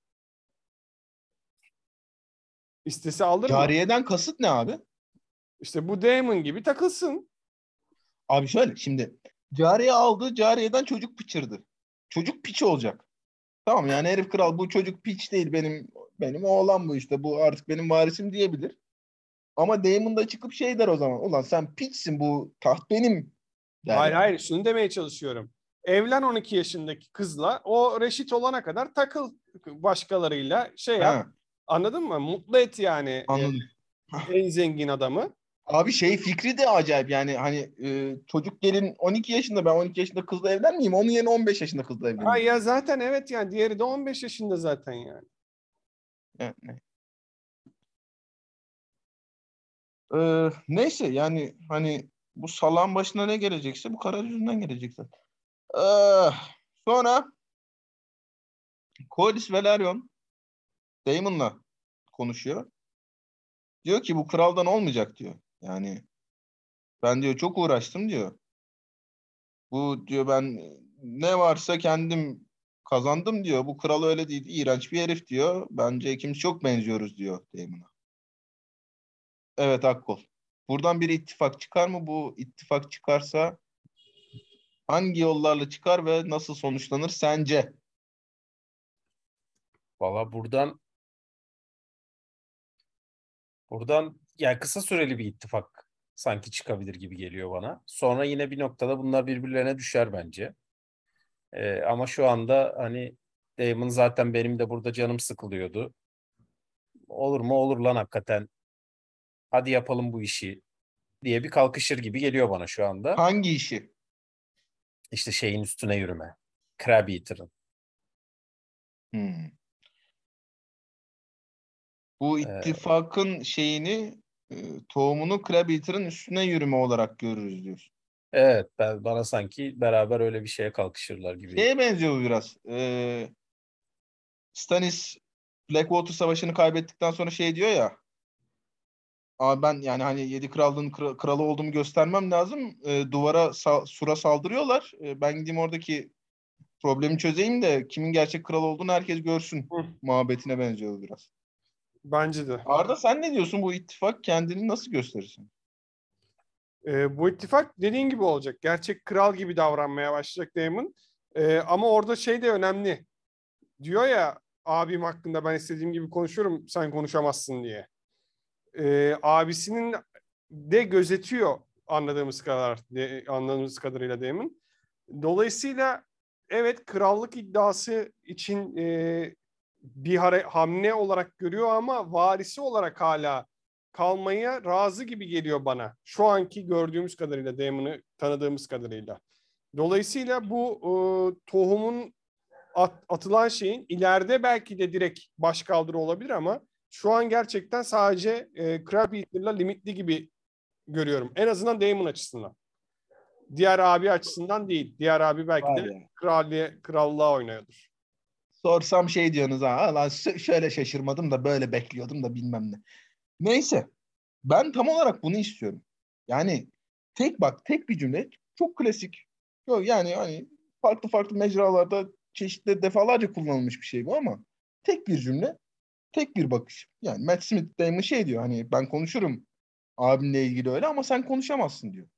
İstese alır mı? Cariyeden kasıt ne abi? İşte bu Daemon gibi takılsın. Abi şöyle şimdi cariye aldı, cariyeden çocuk pıçırdı. Çocuk piç olacak. Tamam yani herif kral, bu çocuk piç değil, benim oğlan bu, işte bu artık benim varisim diyebilir. Ama Daemon da çıkıp şey der o zaman. Ulan sen piçsin, bu taht benim der Hayır yani. hayır, şunu demeye çalışıyorum. Evlen 12 yaşındaki kızla, o reşit olana kadar takıl başkalarıyla, şey yap. Ha, Anladın mı? Mutlu et yani anladım. en zengin adamı. Abi şey fikri de acayip yani, hani çocuk gelin 12 yaşında, ben 12 yaşında kızla evlenmeyeyim, onun yerine 15 yaşında kızla Ha evleneyim. ya zaten evet, yani diğeri de 15 yaşında zaten yani. Evet, ne? Neyse yani hani bu salağın başına ne gelecekse bu karar yüzünden gelecek zaten. Ee, Sonra Corlys Velaryon Daemon'la konuşuyor. Diyor ki bu kraldan olmayacak diyor. Yani ben diyor çok uğraştım diyor. Bu diyor, ben ne varsa kendim kazandım diyor. Bu kral öyle değil. İğrenç bir herif diyor. Bence ikimiz çok benziyoruz diyor Daemon'a. Evet Akkol. Buradan bir ittifak çıkar mı? Bu ittifak çıkarsa hangi yollarla çıkar ve nasıl sonuçlanır sence? Valla buradan yani kısa süreli bir ittifak sanki çıkabilir gibi geliyor bana. Sonra yine bir noktada bunlar birbirlerine düşer bence. Ama şu anda hani Damon zaten benim de burada canım sıkılıyordu. Olur mu olur lan hakikaten. Hadi yapalım bu işi diye bir kalkışır gibi geliyor bana şu anda. Hangi işi? İşte şeyin üstüne yürüme. Crab Eater'ın. Hmm. Bu Ee, ittifakın şeyini, tohumunu Crab Eater'ın üstüne yürüme olarak görürüz diyorsun. evet bana sanki beraber öyle bir şeye kalkışırlar gibi. Şeye benziyor bu biraz. Stannis Blackwater Savaşı'nı kaybettikten sonra şey diyor ya. Ama ben yani hani yedi krallığın kralı olduğumu göstermem lazım. Duvara, sura saldırıyorlar. Ben gideyim oradaki problemi çözeyim de kimin gerçek kral olduğunu herkes görsün. Hı, Muhabbetine benziyor biraz. bence de. Arda sen ne diyorsun, bu ittifak kendini nasıl gösterirsin? Bu ittifak dediğin gibi olacak. Gerçek kral gibi davranmaya başlayacak Daemon. Ama orada şey de önemli. Diyor ya, abim hakkında ben istediğim gibi konuşuyorum, sen konuşamazsın diye. Abisinin de gözetiyor anladığımız kadarıyla Daemon. Dolayısıyla evet, krallık iddiası için bir hamle olarak görüyor ama varisi olarak hala kalmaya razı gibi geliyor bana. Şu anki gördüğümüz kadarıyla, Daemon'ı tanıdığımız kadarıyla. Dolayısıyla bu tohumun atılan şeyin ileride belki de direkt başkaldırı olabilir ama şu an gerçekten sadece Crab Eater'la limitli gibi görüyorum. En azından Daemon açısından. Diğer abi açısından değil. Diğer abi belki Var de ya. krallığa oynuyordur. Sorsam şey diyorsunuz ha, lan şöyle şaşırmadım da böyle bekliyordum da bilmem ne. Neyse. Ben tam olarak bunu istiyorum. Yani tek bir cümle, çok klasik. Yok yani hani farklı farklı mecralarda çeşitli defalarca kullanılmış bir şey bu ama tek bir cümle, tek bir bakış. Yani Matt Smith Damon şey diyor, hani ben konuşurum abimle ilgili öyle ama sen konuşamazsın diyor.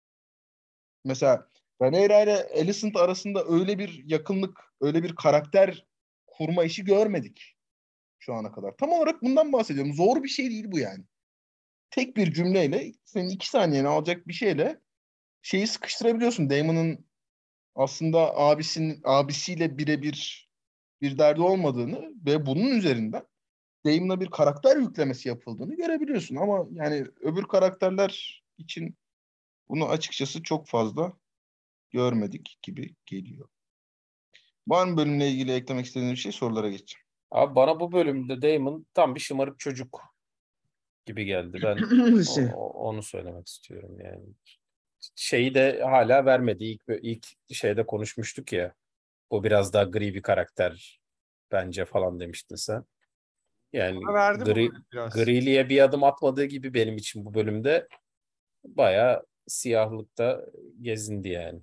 Mesela Rhaenyra ile Alicent arasında öyle bir yakınlık, öyle bir karakter kurma işi görmedik şu ana kadar. Tam olarak bundan bahsediyorum. Zor bir şey değil bu yani. Tek bir cümleyle, senin 2 saniyeni alacak bir şeyle şeyi sıkıştırabiliyorsun. Daemon'ın aslında abisiyle birebir bir derdi olmadığını ve bunun üzerinden Damon'a bir karakter yüklemesi yapıldığını görebiliyorsun. Ama yani öbür karakterler için bunu açıkçası çok fazla görmedik gibi geliyor. Var mı bölümle ilgili eklemek istediğiniz bir şey? Sorulara geçeceğim. Abi bana bu bölümde Damon tam bir şımarık çocuk gibi geldi. Ben onu söylemek istiyorum yani. Şeyi de hala vermedi. İlk şeyde konuşmuştuk ya. O biraz daha gri bir karakter bence falan demiştin sen. Yani Bana verdi bu bölüm biraz. griliğe bir adım atmadığı gibi benim için bu bölümde bayağı siyahlıkta gezindi yani.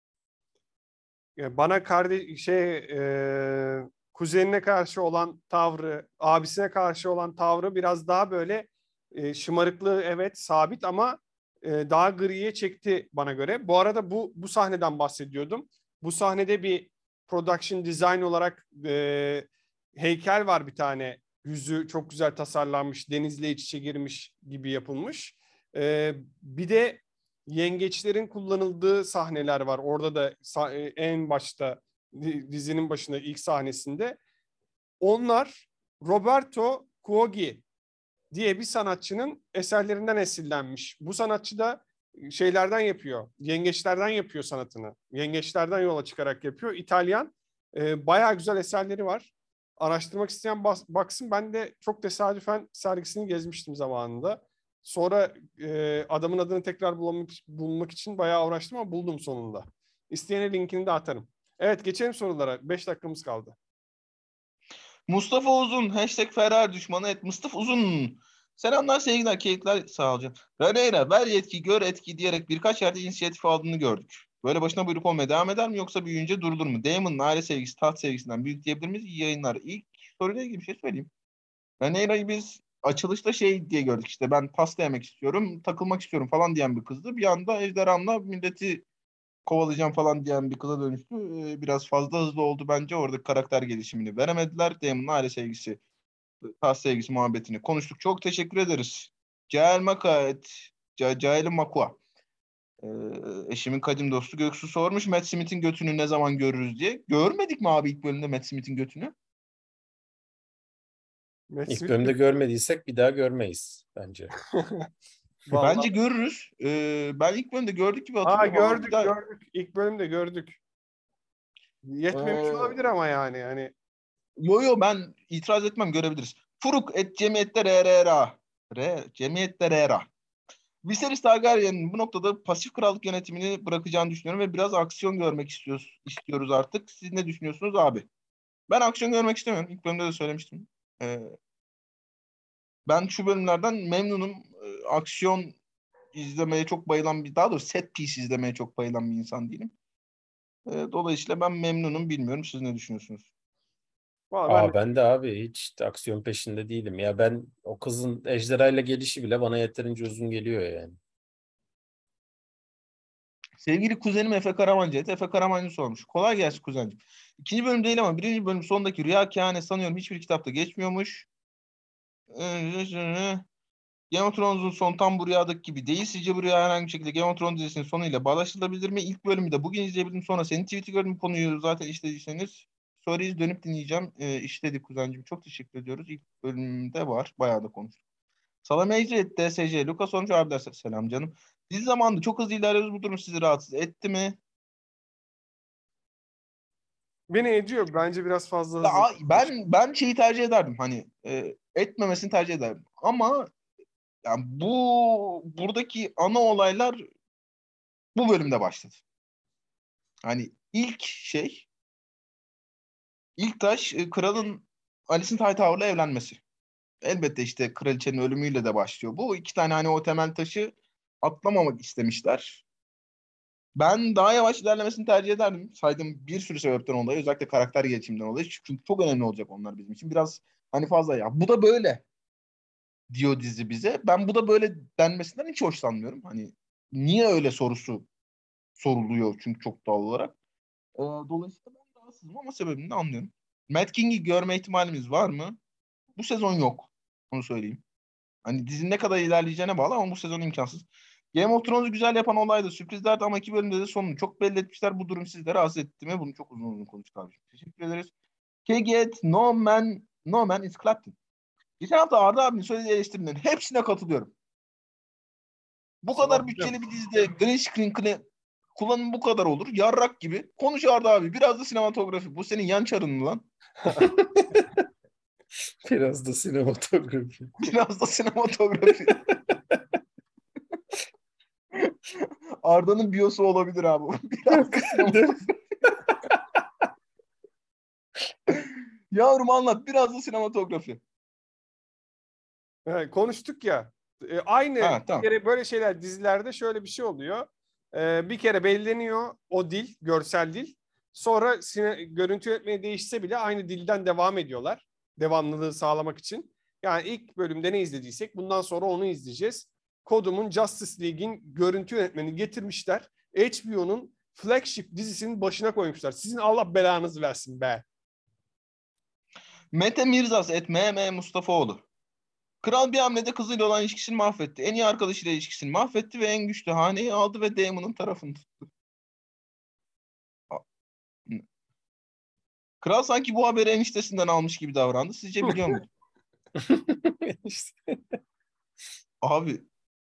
Ya bana kuzenine karşı olan tavrı, abisine karşı olan tavrı biraz daha böyle şımarıklığı evet sabit ama daha griye çekti bana göre. Bu arada bu sahneden bahsediyordum. Bu sahnede bir production design olarak heykel var bir tane. Yüzü çok güzel tasarlanmış, denizle iç içe girmiş gibi yapılmış. Bir de yengeçlerin kullanıldığı sahneler var. Orada da en başta dizinin başında ilk sahnesinde. Onlar Roberto Cuoghi diye bir sanatçının eserlerinden esinlenmiş. Bu sanatçı da şeylerden yapıyor. Yengeçlerden yapıyor sanatını. Yengeçlerden yola çıkarak yapıyor. İtalyan. Bayağı güzel eserleri var. Araştırmak isteyen baksın. Ben de çok tesadüfen sergisini gezmiştim zamanında. Sonra adamın adını tekrar bulmak için bayağı uğraştım ama buldum sonunda. İsteyene linkini de atarım. Evet, geçelim sorulara. 5 dakikamız kaldı. Mustafa Uzun #Ferrari düşmanı @Mustafa Uzun. Selamlar, sevgiler, keyifler, sağ olun. Reneira ver yetki gör etki diyerek birkaç yerde inisiyatif aldığını gördük. Böyle başına buyruk olmaya devam eder mi yoksa büyüyünce durdur mu? Damon'ın aile sevgisi taht sevgisinden büyük diyebilir miyiz? İyi yayınlar. İlk soruyla ilgili bir şey söyleyeyim. Reneira'yı biz açılışta şey diye gördük, işte ben pasta yemek istiyorum, takılmak istiyorum falan diyen bir kızdı. Bir anda ejderhamla milleti kovalayacağım falan diyen bir kıza dönüştü. Biraz fazla hızlı oldu bence. Orada karakter gelişimini veremediler. Damon'ın aile sevgisi, taht sevgisi muhabbetini konuştuk. Çok teşekkür ederiz. Cael Makaet, Cael Makua. Eşimin kadim dostu Göksu sormuş Matt Smith'in götünü ne zaman görürüz diye. Görmedik mi abi ilk bölümde Matt Smith'in götünü? İlk bölümde görmediysek bir daha görmeyiz bence. Bence görürüz. Ben ilk bölümde gördük gibi hatırlıyorum. Gördük. İlk bölümde gördük. Yetmemiş olabilir ama yani. Hani Yo ben itiraz etmem, görebiliriz. Furuk cemiyette RRA. Cemiyette RRA. Viserys Targaryen'in bu noktada pasif krallık yönetimini bırakacağını düşünüyorum ve biraz aksiyon görmek istiyoruz artık. Siz ne düşünüyorsunuz abi? Ben aksiyon görmek istemiyorum. İlk bölümde de söylemiştim. Ben şu bölümlerden memnunum. Aksiyon izlemeye çok bayılan daha doğrusu set piece izlemeye çok bayılan bir insan değilim. Dolayısıyla ben memnunum. Bilmiyorum, siz ne düşünüyorsunuz? Ben de abi hiç aksiyon peşinde değilim. Ya ben o kızın ejderhayla gelişi bile bana yeterince uzun geliyor yani. Sevgili kuzenim Efe Karamancı. Efe Karamancı sormuş. Kolay gelsin kuzencim. İkinci bölüm değil ama birinci bölüm sonundaki rüya kehanet sanıyorum hiçbir kitapta geçmiyormuş. Game of Thrones'un son tam bu rüyadaki gibi değil. Sizce bu rüya herhangi bir şekilde Game of Thrones dizisinin sonuyla bağdaştırılabilir mi? İlk bölümü de bugün izleyebildim. Sonra senin tweet'i gördüm, konuyu zaten işlediyseniz. Stories dönüp dinleyeceğim. İşledik kuzencim. Çok teşekkür ediyoruz. İlk bölümde var. Bayağı da konuştuk. Salame Ecret, DSC. Lucas sormuş abiler. Selam canım. Dizi zamanında çok hızlı ilerliyoruz. Bu durum sizi rahatsız etti mi? beni ediyor. Bence biraz fazla hızlı. Ben şeyi tercih ederdim. Hani etmemesini tercih ederdim. Ama yani buradaki ana olaylar bu bölümde başladı. Hani ilk taş kralın Alicent Hightower'la evlenmesi. Elbette işte kraliçenin ölümüyle de başlıyor. Bu iki tane hani o temel taşı atlamamak istemişler. Ben daha yavaş ilerlemesini tercih ederdim. Saydığım bir sürü sebepten dolayı, özellikle karakter gelişiminden dolayı. Çünkü çok önemli olacak onlar bizim için. Biraz hani fazla ya. Bu da böyle diyor dizi bize. Ben bu da böyle denmesinden hiç hoşlanmıyorum. Hani niye öyle sorusu soruluyor çünkü çok doğal olarak. Dolayısıyla ben rahatsızım ama sebebini de anlıyorum. Matt King'i görme ihtimalimiz var mı? Bu sezon yok. Onu söyleyeyim. Hani dizinin ne kadar ilerleyeceğine bağlı ama bu sezon imkansız. Game of Thrones'u güzel yapan olaydı. Sürprizlerdi ama iki bölümde de sonunu çok belli etmişler. Bu durum sizleri rahatsız etti mi? Bunu çok uzun konuştuk abi. Teşekkür ederiz. Keget, No Man is Clapton. Geçen hafta Arda abinin söylediği eleştirilerin hepsine katılıyorum. Bu kadar bütçeli bir dizide green screen kullanım bu kadar olur. Yarrak gibi. Konuş Arda abi. Biraz da sinematografi. Bu senin yan çarın lan. Biraz da sinematografi. Biraz da sinematografi. Arda'nın biyosu olabilir abi. Biraz da sinematografi. Yavrum anlat. Biraz da sinematografi. Evet, konuştuk ya. Aynı Tamam. bir kere böyle şeyler dizilerde şöyle bir şey oluyor. Bir kere belirleniyor o dil, görsel dil. Sonra görüntü yönetmeni değişse bile aynı dilden devam ediyorlar. Devamlılığı sağlamak için. Yani ilk bölümde ne izlediysek bundan sonra onu izleyeceğiz. Kodum'un Justice League'in görüntü yönetmenini getirmişler. HBO'nun flagship dizisinin başına koymuşlar. Sizin Allah belanızı versin be. Mete Mirzas @MM Mustafaoğlu. Kral bir hamlede kızıyla olan ilişkisini mahvetti. En iyi arkadaşıyla ilişkisini mahvetti ve en güçlü haneyi aldı ve Damon'ın tarafını tuttu. Kral sanki bu haberi eniştesinden almış gibi davrandı. Sizce biliyor muydu? Abi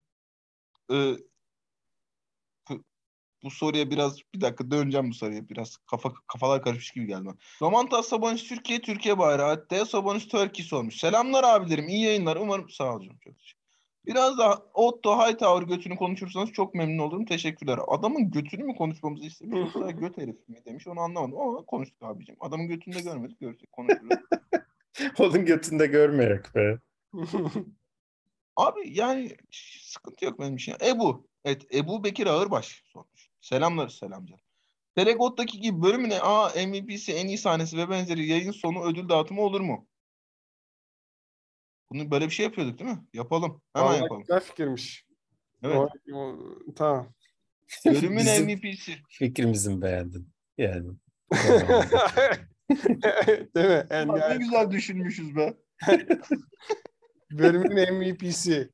bu soruya bir dakika döneceğim bu soruya. Biraz kafalar karışmış gibi geldi bana. Romantas Sabonis Türkiye bayrağı. Teo Sabonis Turkey sormuş. Selamlar abilerim. İyi yayınlar. Umarım sağ olun. Çok teşekkür. Biraz daha Otto Hightower götünü konuşursanız çok memnun olurum. Teşekkürler. Adamın götünü mü konuşmamızı istemiş yoksa göt herif mi demiş onu anlamadım ama konuştuk abicim. Adamın götünü de görmedik. Görsek konuşuruz. Onun götünde görmeyek be. Abi yani sıkıntı yok benim için. Ebu. Evet, Ebu Bekir Ağırbaş sormuş. Selamlar canım. Telegod'daki gibi bölümüne MVP'si en iyi sahnesi ve benzeri yayın sonu ödül dağıtımı olur mu? Bunu böyle bir şey yapıyorduk değil mi? Yapalım. Hemen Vallahi yapalım. güzel fikirmiş. Evet. Tamam. Bölümün Bizim MVP'si. fikrimizi mi beğendin? Yani. Değil mi? Yani Ne güzel düşünmüşüz be. bölümün MVP'si.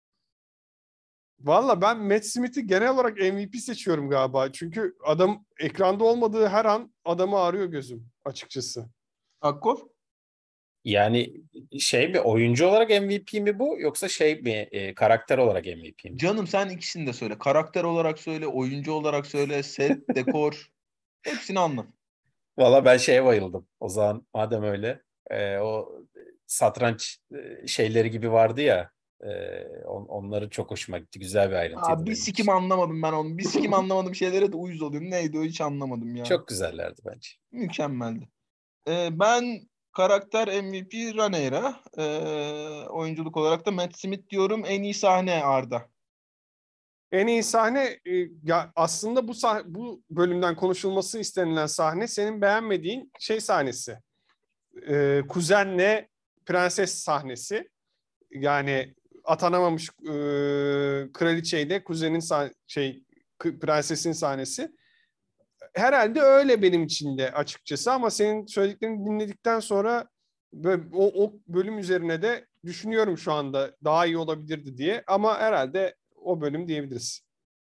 Valla ben Matt Smith'i genel olarak MVP seçiyorum galiba. Çünkü adam ekranda olmadığı her an adamı arıyor gözüm açıkçası. Akkol? Yani şey mi, oyuncu olarak MVP mi bu yoksa şey mi, karakter olarak MVP mi? Canım sen ikisini de söyle. Karakter olarak söyle, oyuncu olarak söyle, set, dekor. Hepsini anlat. Valla ben şeye bayıldım. O zaman madem öyle, o satranç şeyleri gibi vardı ya, onları çok hoşuma gitti. Güzel bir ayrıntıydı Bir benim sikim için. anlamadım ben onu. Bir sikim anlamadım şeylere de uyuz oluyorum. Neydi o hiç anlamadım ya. Çok güzellerdi bence. Mükemmeldi. Ben karakter MVP Rhaenyra. Oyunculuk olarak da Matt Smith diyorum. En iyi sahne Arda. En iyi sahne ya aslında bu bölümden konuşulması istenilen sahne senin beğenmediğin şey sahnesi. Kuzenle prenses sahnesi. Yani atanamamış kraliçeyle kuzenin prensesin sahnesi. Herhalde öyle benim için de açıkçası ama senin söylediklerini dinledikten sonra o bölüm üzerine de düşünüyorum şu anda daha iyi olabilirdi diye ama herhalde o bölüm diyebiliriz.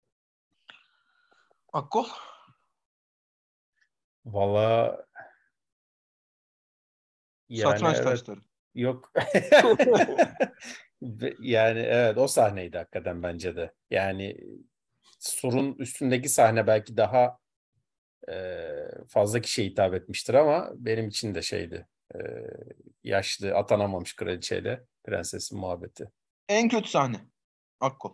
Akkol? Valla yani Satranç evet. taşları. Yok. Yani evet, o sahneydi hakikaten bence de. Yani surun üstündeki sahne belki daha fazla kişiye hitap etmiştir ama benim için de şeydi. Yaşlı atanamamış kraliçeyle prensesin muhabbeti. En kötü sahne. Akkol.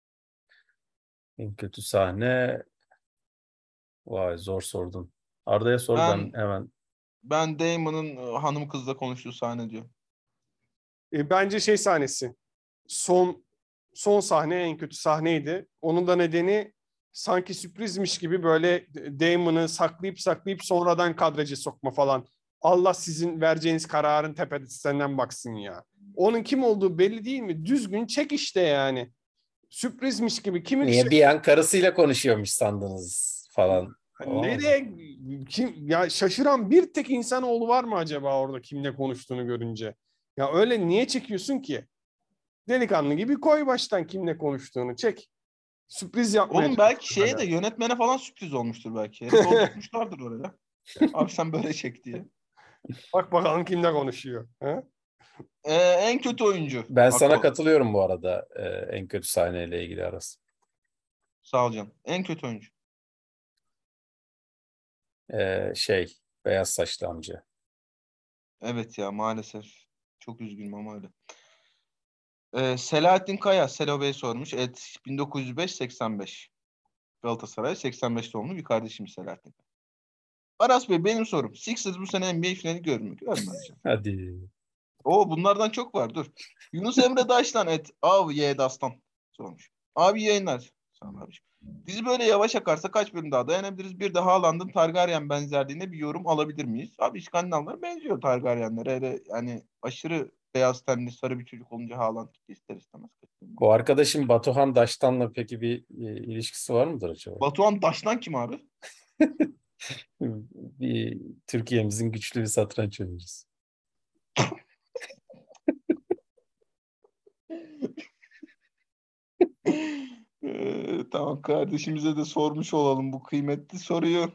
En kötü sahne, vay zor sordun. Arda'ya sor, ben hemen. Ben Damon'ın hanım kızla konuştuğu sahne diyor. Bence şey sahnesi. Son sahne en kötü sahneydi. Onun da nedeni sanki sürprizmiş gibi böyle Damon'ı saklayıp sonradan kadraja sokma falan. Allah sizin vereceğiniz kararın tepesinden baksın ya. Onun kim olduğu belli değil mi? Düzgün çek işte yani. Sürprizmiş gibi. Niye bir an karısıyla konuşuyormuş sandınız falan. Nereye ya, şaşıran bir tek insanoğlu var mı acaba orada kimle konuştuğunu görünce? Ya öyle niye çekiyorsun ki? Delikanlı gibi koy baştan kimle konuştuğunu çek. Sürpriz yapmaya Oğlum belki çalışıyorlar şeye de ya. yönetmene falan sürpriz olmuştur belki. Herifi oturtmuşlardır oraya. Abi sen böyle çek diye. Bak bakalım kimle konuşuyor. Ha? En kötü oyuncu. Ben sana Akko. katılıyorum bu arada en kötü sahneyle ilgili Aras. Sağ ol canım. En kötü oyuncu. Beyaz saçlı amca. Evet ya, maalesef. Çok üzgünüm ama öyle. Selahattin Kaya, Selo Bey sormuş. 1905-85. Galatasaray 85 doğumlu bir kardeşim Selahattin. Aras Bey, benim sorum. Sixers bu sene NBA finali görmez canım. Hadi. Bunlardan çok var, dur. Yunus Emre Daşlan Abi Y Dastan sormuş. Abi yayınlar. Sağ ol abiciğim. Dizi böyle yavaş akarsa kaç bölüm daha dayanabiliriz? Bir de Haaland'ın Targaryen benzerliğine bir yorum alabilir miyiz? Abi İskandinavlar benziyor Targaryenlere. Öyle yani aşırı beyaz tenli sarı bir çocuk olunca Haaland ister istemez. Bu arkadaşın Batuhan Daştan'la peki bir ilişkisi var mıdır acaba? Batuhan Daşlan kim abi? Bir Türkiye'mizin güçlü bir satranç oyuncusu. Tamam, kardeşimize de sormuş olalım bu kıymetli soruyu.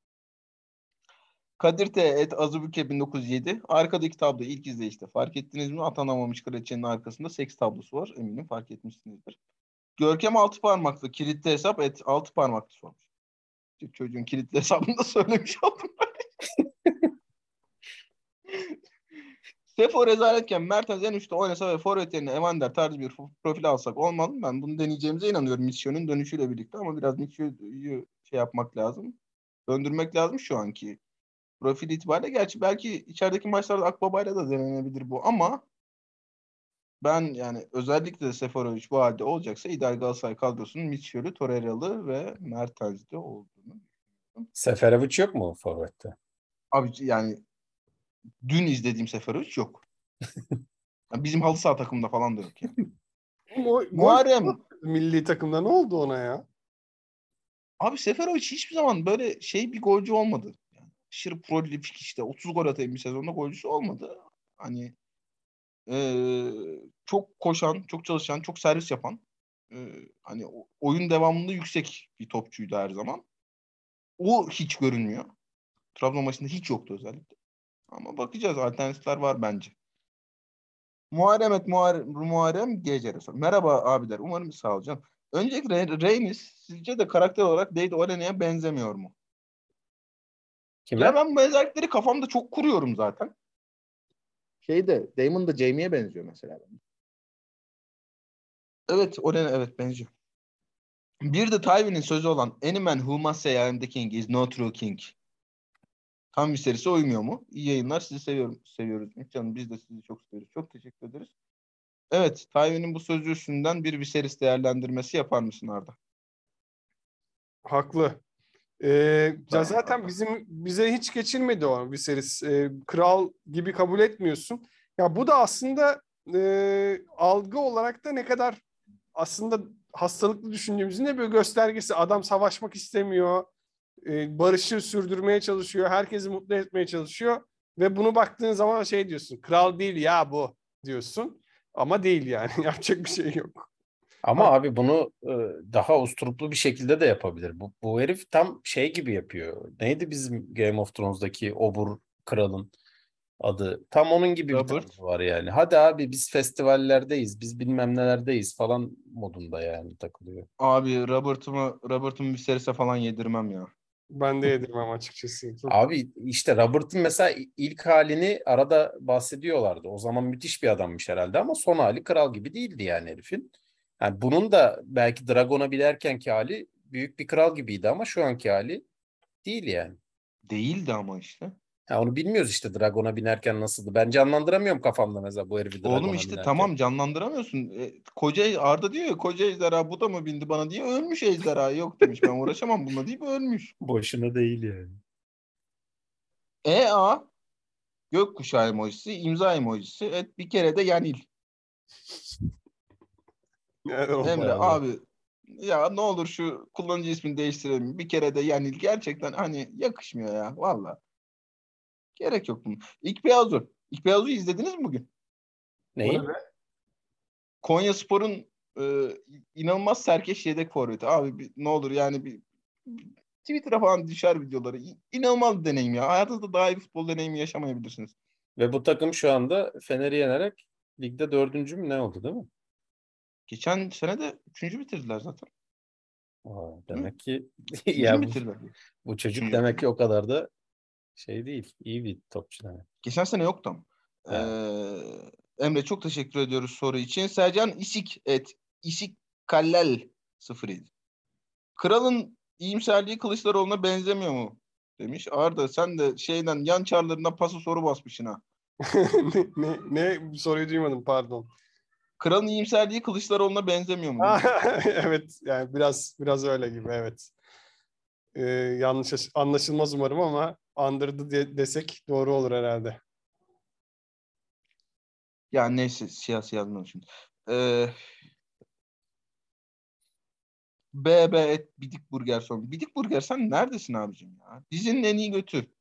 Kadir T. Azubuke 1907. Arkadaki tablo ilk izleyişte fark ettiniz mi? Atanamamış kraliçenin arkasında seks tablosu var. Eminim fark etmişsinizdir. Görkem Altıparmaklı kilitli hesap altı parmaklı sormuş. Çocuğun kilitli hesabını da söylemiş oldum. Sefo rezaletken Mertens en üstte oynasa ve forvet yerine Evander tarzı bir profil alsak olmalı mı? Ben bunu deneyeceğimize inanıyorum Misyon'un dönüşüyle birlikte, ama biraz Mission'u yapmak lazım. Döndürmek lazım şu anki profil itibariyle. Gerçi belki içerideki maçlarda Akbaba'yla da denenebilir bu, ama ben yani özellikle de Seferovic bu halde olacaksa ideal Galatasaray kadrosunun Mitchell'ü, Torreira'lı ve Mertens'de olduğunu düşünüyorum. Seferovic yok mu forvette? Abi yani dün izlediğim Seferovic yok. Yani bizim halı saha takımında falan da yok yani. Muharrem. Milli takımda ne oldu ona ya? Abi Seferovic hiçbir zaman böyle bir golcü olmadı. Yani aşırı prolifik, işte 30 gol atayım bir sezonda golcüsü olmadı. Hani çok koşan, çok çalışan, çok servis yapan, hani oyun devamlılığı yüksek bir topçuydu her zaman. O hiç görünmüyor. Trabzon maçında hiç yoktu özellikle. Ama bakacağız, alternatifler var bence. Muharrem Gecere sor. Merhaba abiler. Umarım sağ ol canım. Öncelikle Reynis sizce de karakter olarak Dade Olene'ye benzemiyor mu? Kime? Ya ben bu benzerlikleri kafamda çok kuruyorum zaten. Damon da Jamie'ye benziyor mesela. Evet, Olene evet benziyor. Bir de Tywin'in sözü olan "Any man who must say I am the king is no true king." Tam bir serisi uymuyor mu? İyi yayınlar. Sizi seviyoruz. Canım, biz de sizi çok seviyoruz. Çok teşekkür ederiz. Evet, Tywin'in bu sözü üstünden bir Viserys değerlendirmesi yapar mısın Arda? Haklı. Ya zaten bize hiç geçirmedi o Viserys. Kral gibi kabul etmiyorsun. Ya bu da aslında algı olarak da ne kadar aslında hastalıklı düşündüğümüzün de bir göstergesi. Adam savaşmak istemiyor. Barışı sürdürmeye çalışıyor. Herkesi mutlu etmeye çalışıyor. Ve bunu baktığın zaman diyorsun. Kral değil ya bu diyorsun. Ama değil yani. Yapacak bir şey yok. Ama abi bunu daha usturuplu bir şekilde de yapabilir. Bu herif tam gibi yapıyor. Neydi bizim Game of Thrones'daki obur kralın adı? Tam onun gibi bir Robert. tarzı var yani. Hadi abi biz festivallerdeyiz, biz bilmem nelerdeyiz falan modunda yani takılıyor. Abi Robert'ımı Viserys'e falan yedirmem ya. Ben de yedirmem açıkçası. Abi işte Robert'ın mesela ilk halini arada bahsediyorlardı. O zaman müthiş bir adammış herhalde ama son hali kral gibi değildi yani herifin. Yani bunun da belki Dragon'a binerkenki hali büyük bir kral gibiydi ama şu anki hali değil yani. Değildi ama işte. Ha, onu bilmiyoruz işte Dragon'a binerken nasıldı. Ben canlandıramıyorum kafamda mesela bu herifi Oğlum Dragon'a işte binerken. tamam, canlandıramıyorsun. Koca Arda diyor ya, koca ejderha bu da mı bindi bana diye, ölmüş ejderha, yok demiş, ben uğraşamam bununla deyip ölmüş. Boşuna değil yani. A gökkuşağı emojisi, imza emojisi. Bir kere de yenil. Yani o Emre Vay be. abi, ya ne olur şu kullanıcı ismini değiştirelim. Bir kere de yenil. Gerçekten hani yakışmıyor ya. Valla. Gerek yok bunun. İkbeazu izlediniz mi bugün? Neyi? Konyaspor'un inanılmaz serkeş yedek forveti. Abi ne olur yani bir Twitter'a falan düşer videoları. İnanılmaz bir deneyim ya. Hayatınızda daha iyi futbol deneyimi yaşamayabilirsiniz. Ve bu takım şu anda Fener'i yenerek ligde 4. mü ne oldu değil mi? Geçen sene de 3. bitirdiler zaten. Demek ki 3. ya bitirdiler? bu çocuk 3. demek ki o kadar da şey değil. İyi bir topçu demek. Geçen sene yoktu ama. Emre çok teşekkür ediyoruz soru için. Sercan İsik Kallel 07. Kralın iyimserliği Kılıçdaroğlu'na benzemiyor mu? Demiş. Arda sen de şeyden yan çarlarından pası soru basmışsın ha. ne soruyu duymadım, pardon. Kralın iyimserliği Kılıçdaroğlu'na benzemiyor mu? Demiş. Evet, yani biraz öyle gibi, evet. Yanlış anlaşılmaz umarım ama andırdı desek doğru olur herhalde. Ya neyse siyasi yazmıyorum şimdi. Bidik Burger son. Bidik Burger sen neredesin abicim ya? Dizinin en iyi götü.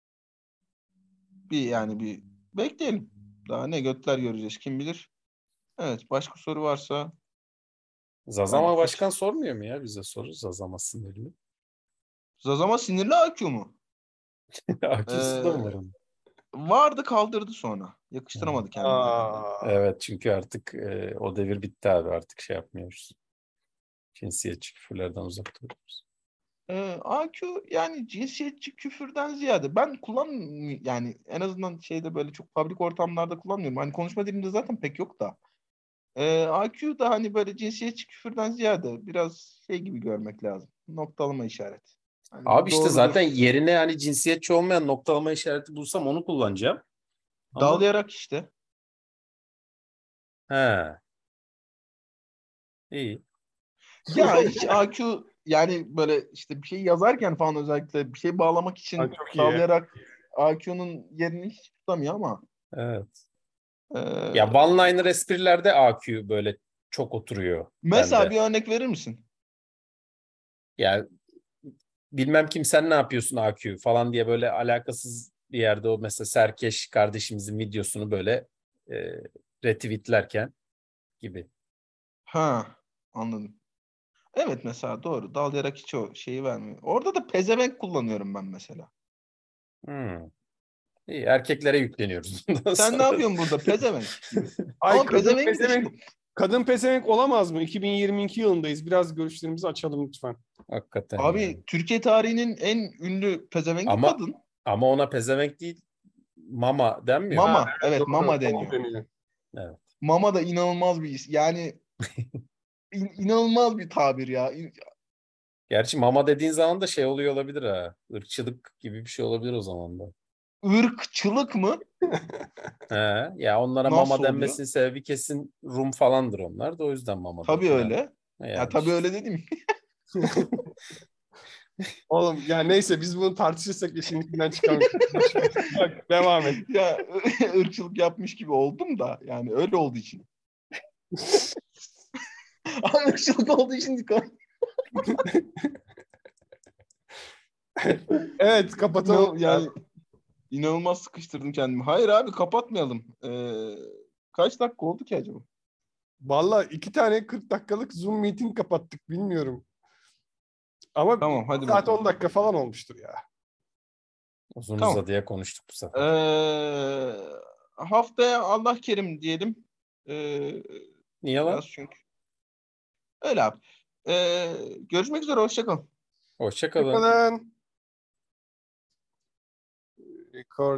Bir bekleyelim. Daha ne götler göreceğiz kim bilir. Evet başka soru varsa. Zazama Ben başkan sormuyor mu ya bize soru? Zazama sinirli. Zazama sinirli AQ mu? AQ'su da mı var onun? Vardı kaldırdı sonra. Yakıştıramadı kendine. Evet çünkü artık o devir bitti abi. Artık şey yapmıyoruz. Cinsiyetçi küfürlerden uzak duruyoruz. AQ yani cinsiyetçi küfürden ziyade ben yani en azından şeyde böyle çok public ortamlarda kullanmıyorum. Hani konuşma dilimde zaten pek yok da. AQ da hani böyle cinsiyetçi küfürden ziyade biraz şey gibi görmek lazım. Noktalama işareti. Hani Abi işte doğrudur. zaten yerine hani cinsiyetçi olmayan noktalama işareti bulsam onu kullanacağım. Ama... Dağlayarak işte. He. İyi. Ya hiç AQ yani böyle işte bir şey yazarken falan özellikle bir şey bağlamak için Çok iyi. dağlayarak AQ'nun yerini hiç tutamıyor ama. Evet. Ee, Ya one-liner esprilerde AQ böyle çok oturuyor Mesela bende. bir örnek verir misin? Yani bilmem kim sen ne yapıyorsun AQ falan diye böyle alakasız bir yerde o mesela Serkeş kardeşimizin videosunu böyle retweetlerken gibi. Ha, anladım. Evet mesela doğru. Dağlayarak hiç o şeyi vermiyor. Orada da pezevenk kullanıyorum ben mesela. İyi, erkeklere yükleniyoruz. Bundan Sen sonra. ne yapıyorsun burada? Pezevenk gibi. Ay, Ama pezevenk de şimdi. kadın pezevenk olamaz mı? 2022 yılındayız. Biraz görüşlerimizi açalım lütfen. Hakikaten Abi yani. Türkiye tarihinin en ünlü pezevenki Ama kadın. ona pezevenk değil mama denmiyor mu? Mama. Evet Doğru, mama doğru deniyor. Evet. Mama da inanılmaz bir isim. Yani inanılmaz bir tabir ya. Gerçi mama dediğin zaman da şey oluyor olabilir ha. Irkçılık gibi bir şey olabilir o zaman da. Irkçılık mı? He, ya onlara mama Nasıl oluyor? denmesinin sebebi kesin Rum falandır onlar da o yüzden mamadır Tabii filan. öyle. Ya Yani tabii işte. öyle dedim. Oğlum yani neyse, biz bunu tartışırsak işin içinden çıkamayız. Bak, devam et. Ya ırkçılık yapmış gibi oldum da yani öyle olduğu için. Irkçılık olduğu için Evet, kapatalım. yani inanılmaz sıkıştırdım kendimi. Hayır abi kapatmayalım. Kaç dakika oldu ki acaba? Vallahi 2 tane 40 dakikalık Zoom meeting kapattık, bilmiyorum. Ama Tamam hadi saat bakalım. 10 dakika falan olmuştur ya. Uzun Tamam. uzadıya konuştuk bu sefer. Haftaya Allah kerim diyelim. Niye lan? Biraz çünkü. Öyle abi. Görüşmek üzere. Hoşça kalın. Hoşça kalın. Hoşçakalın. Record.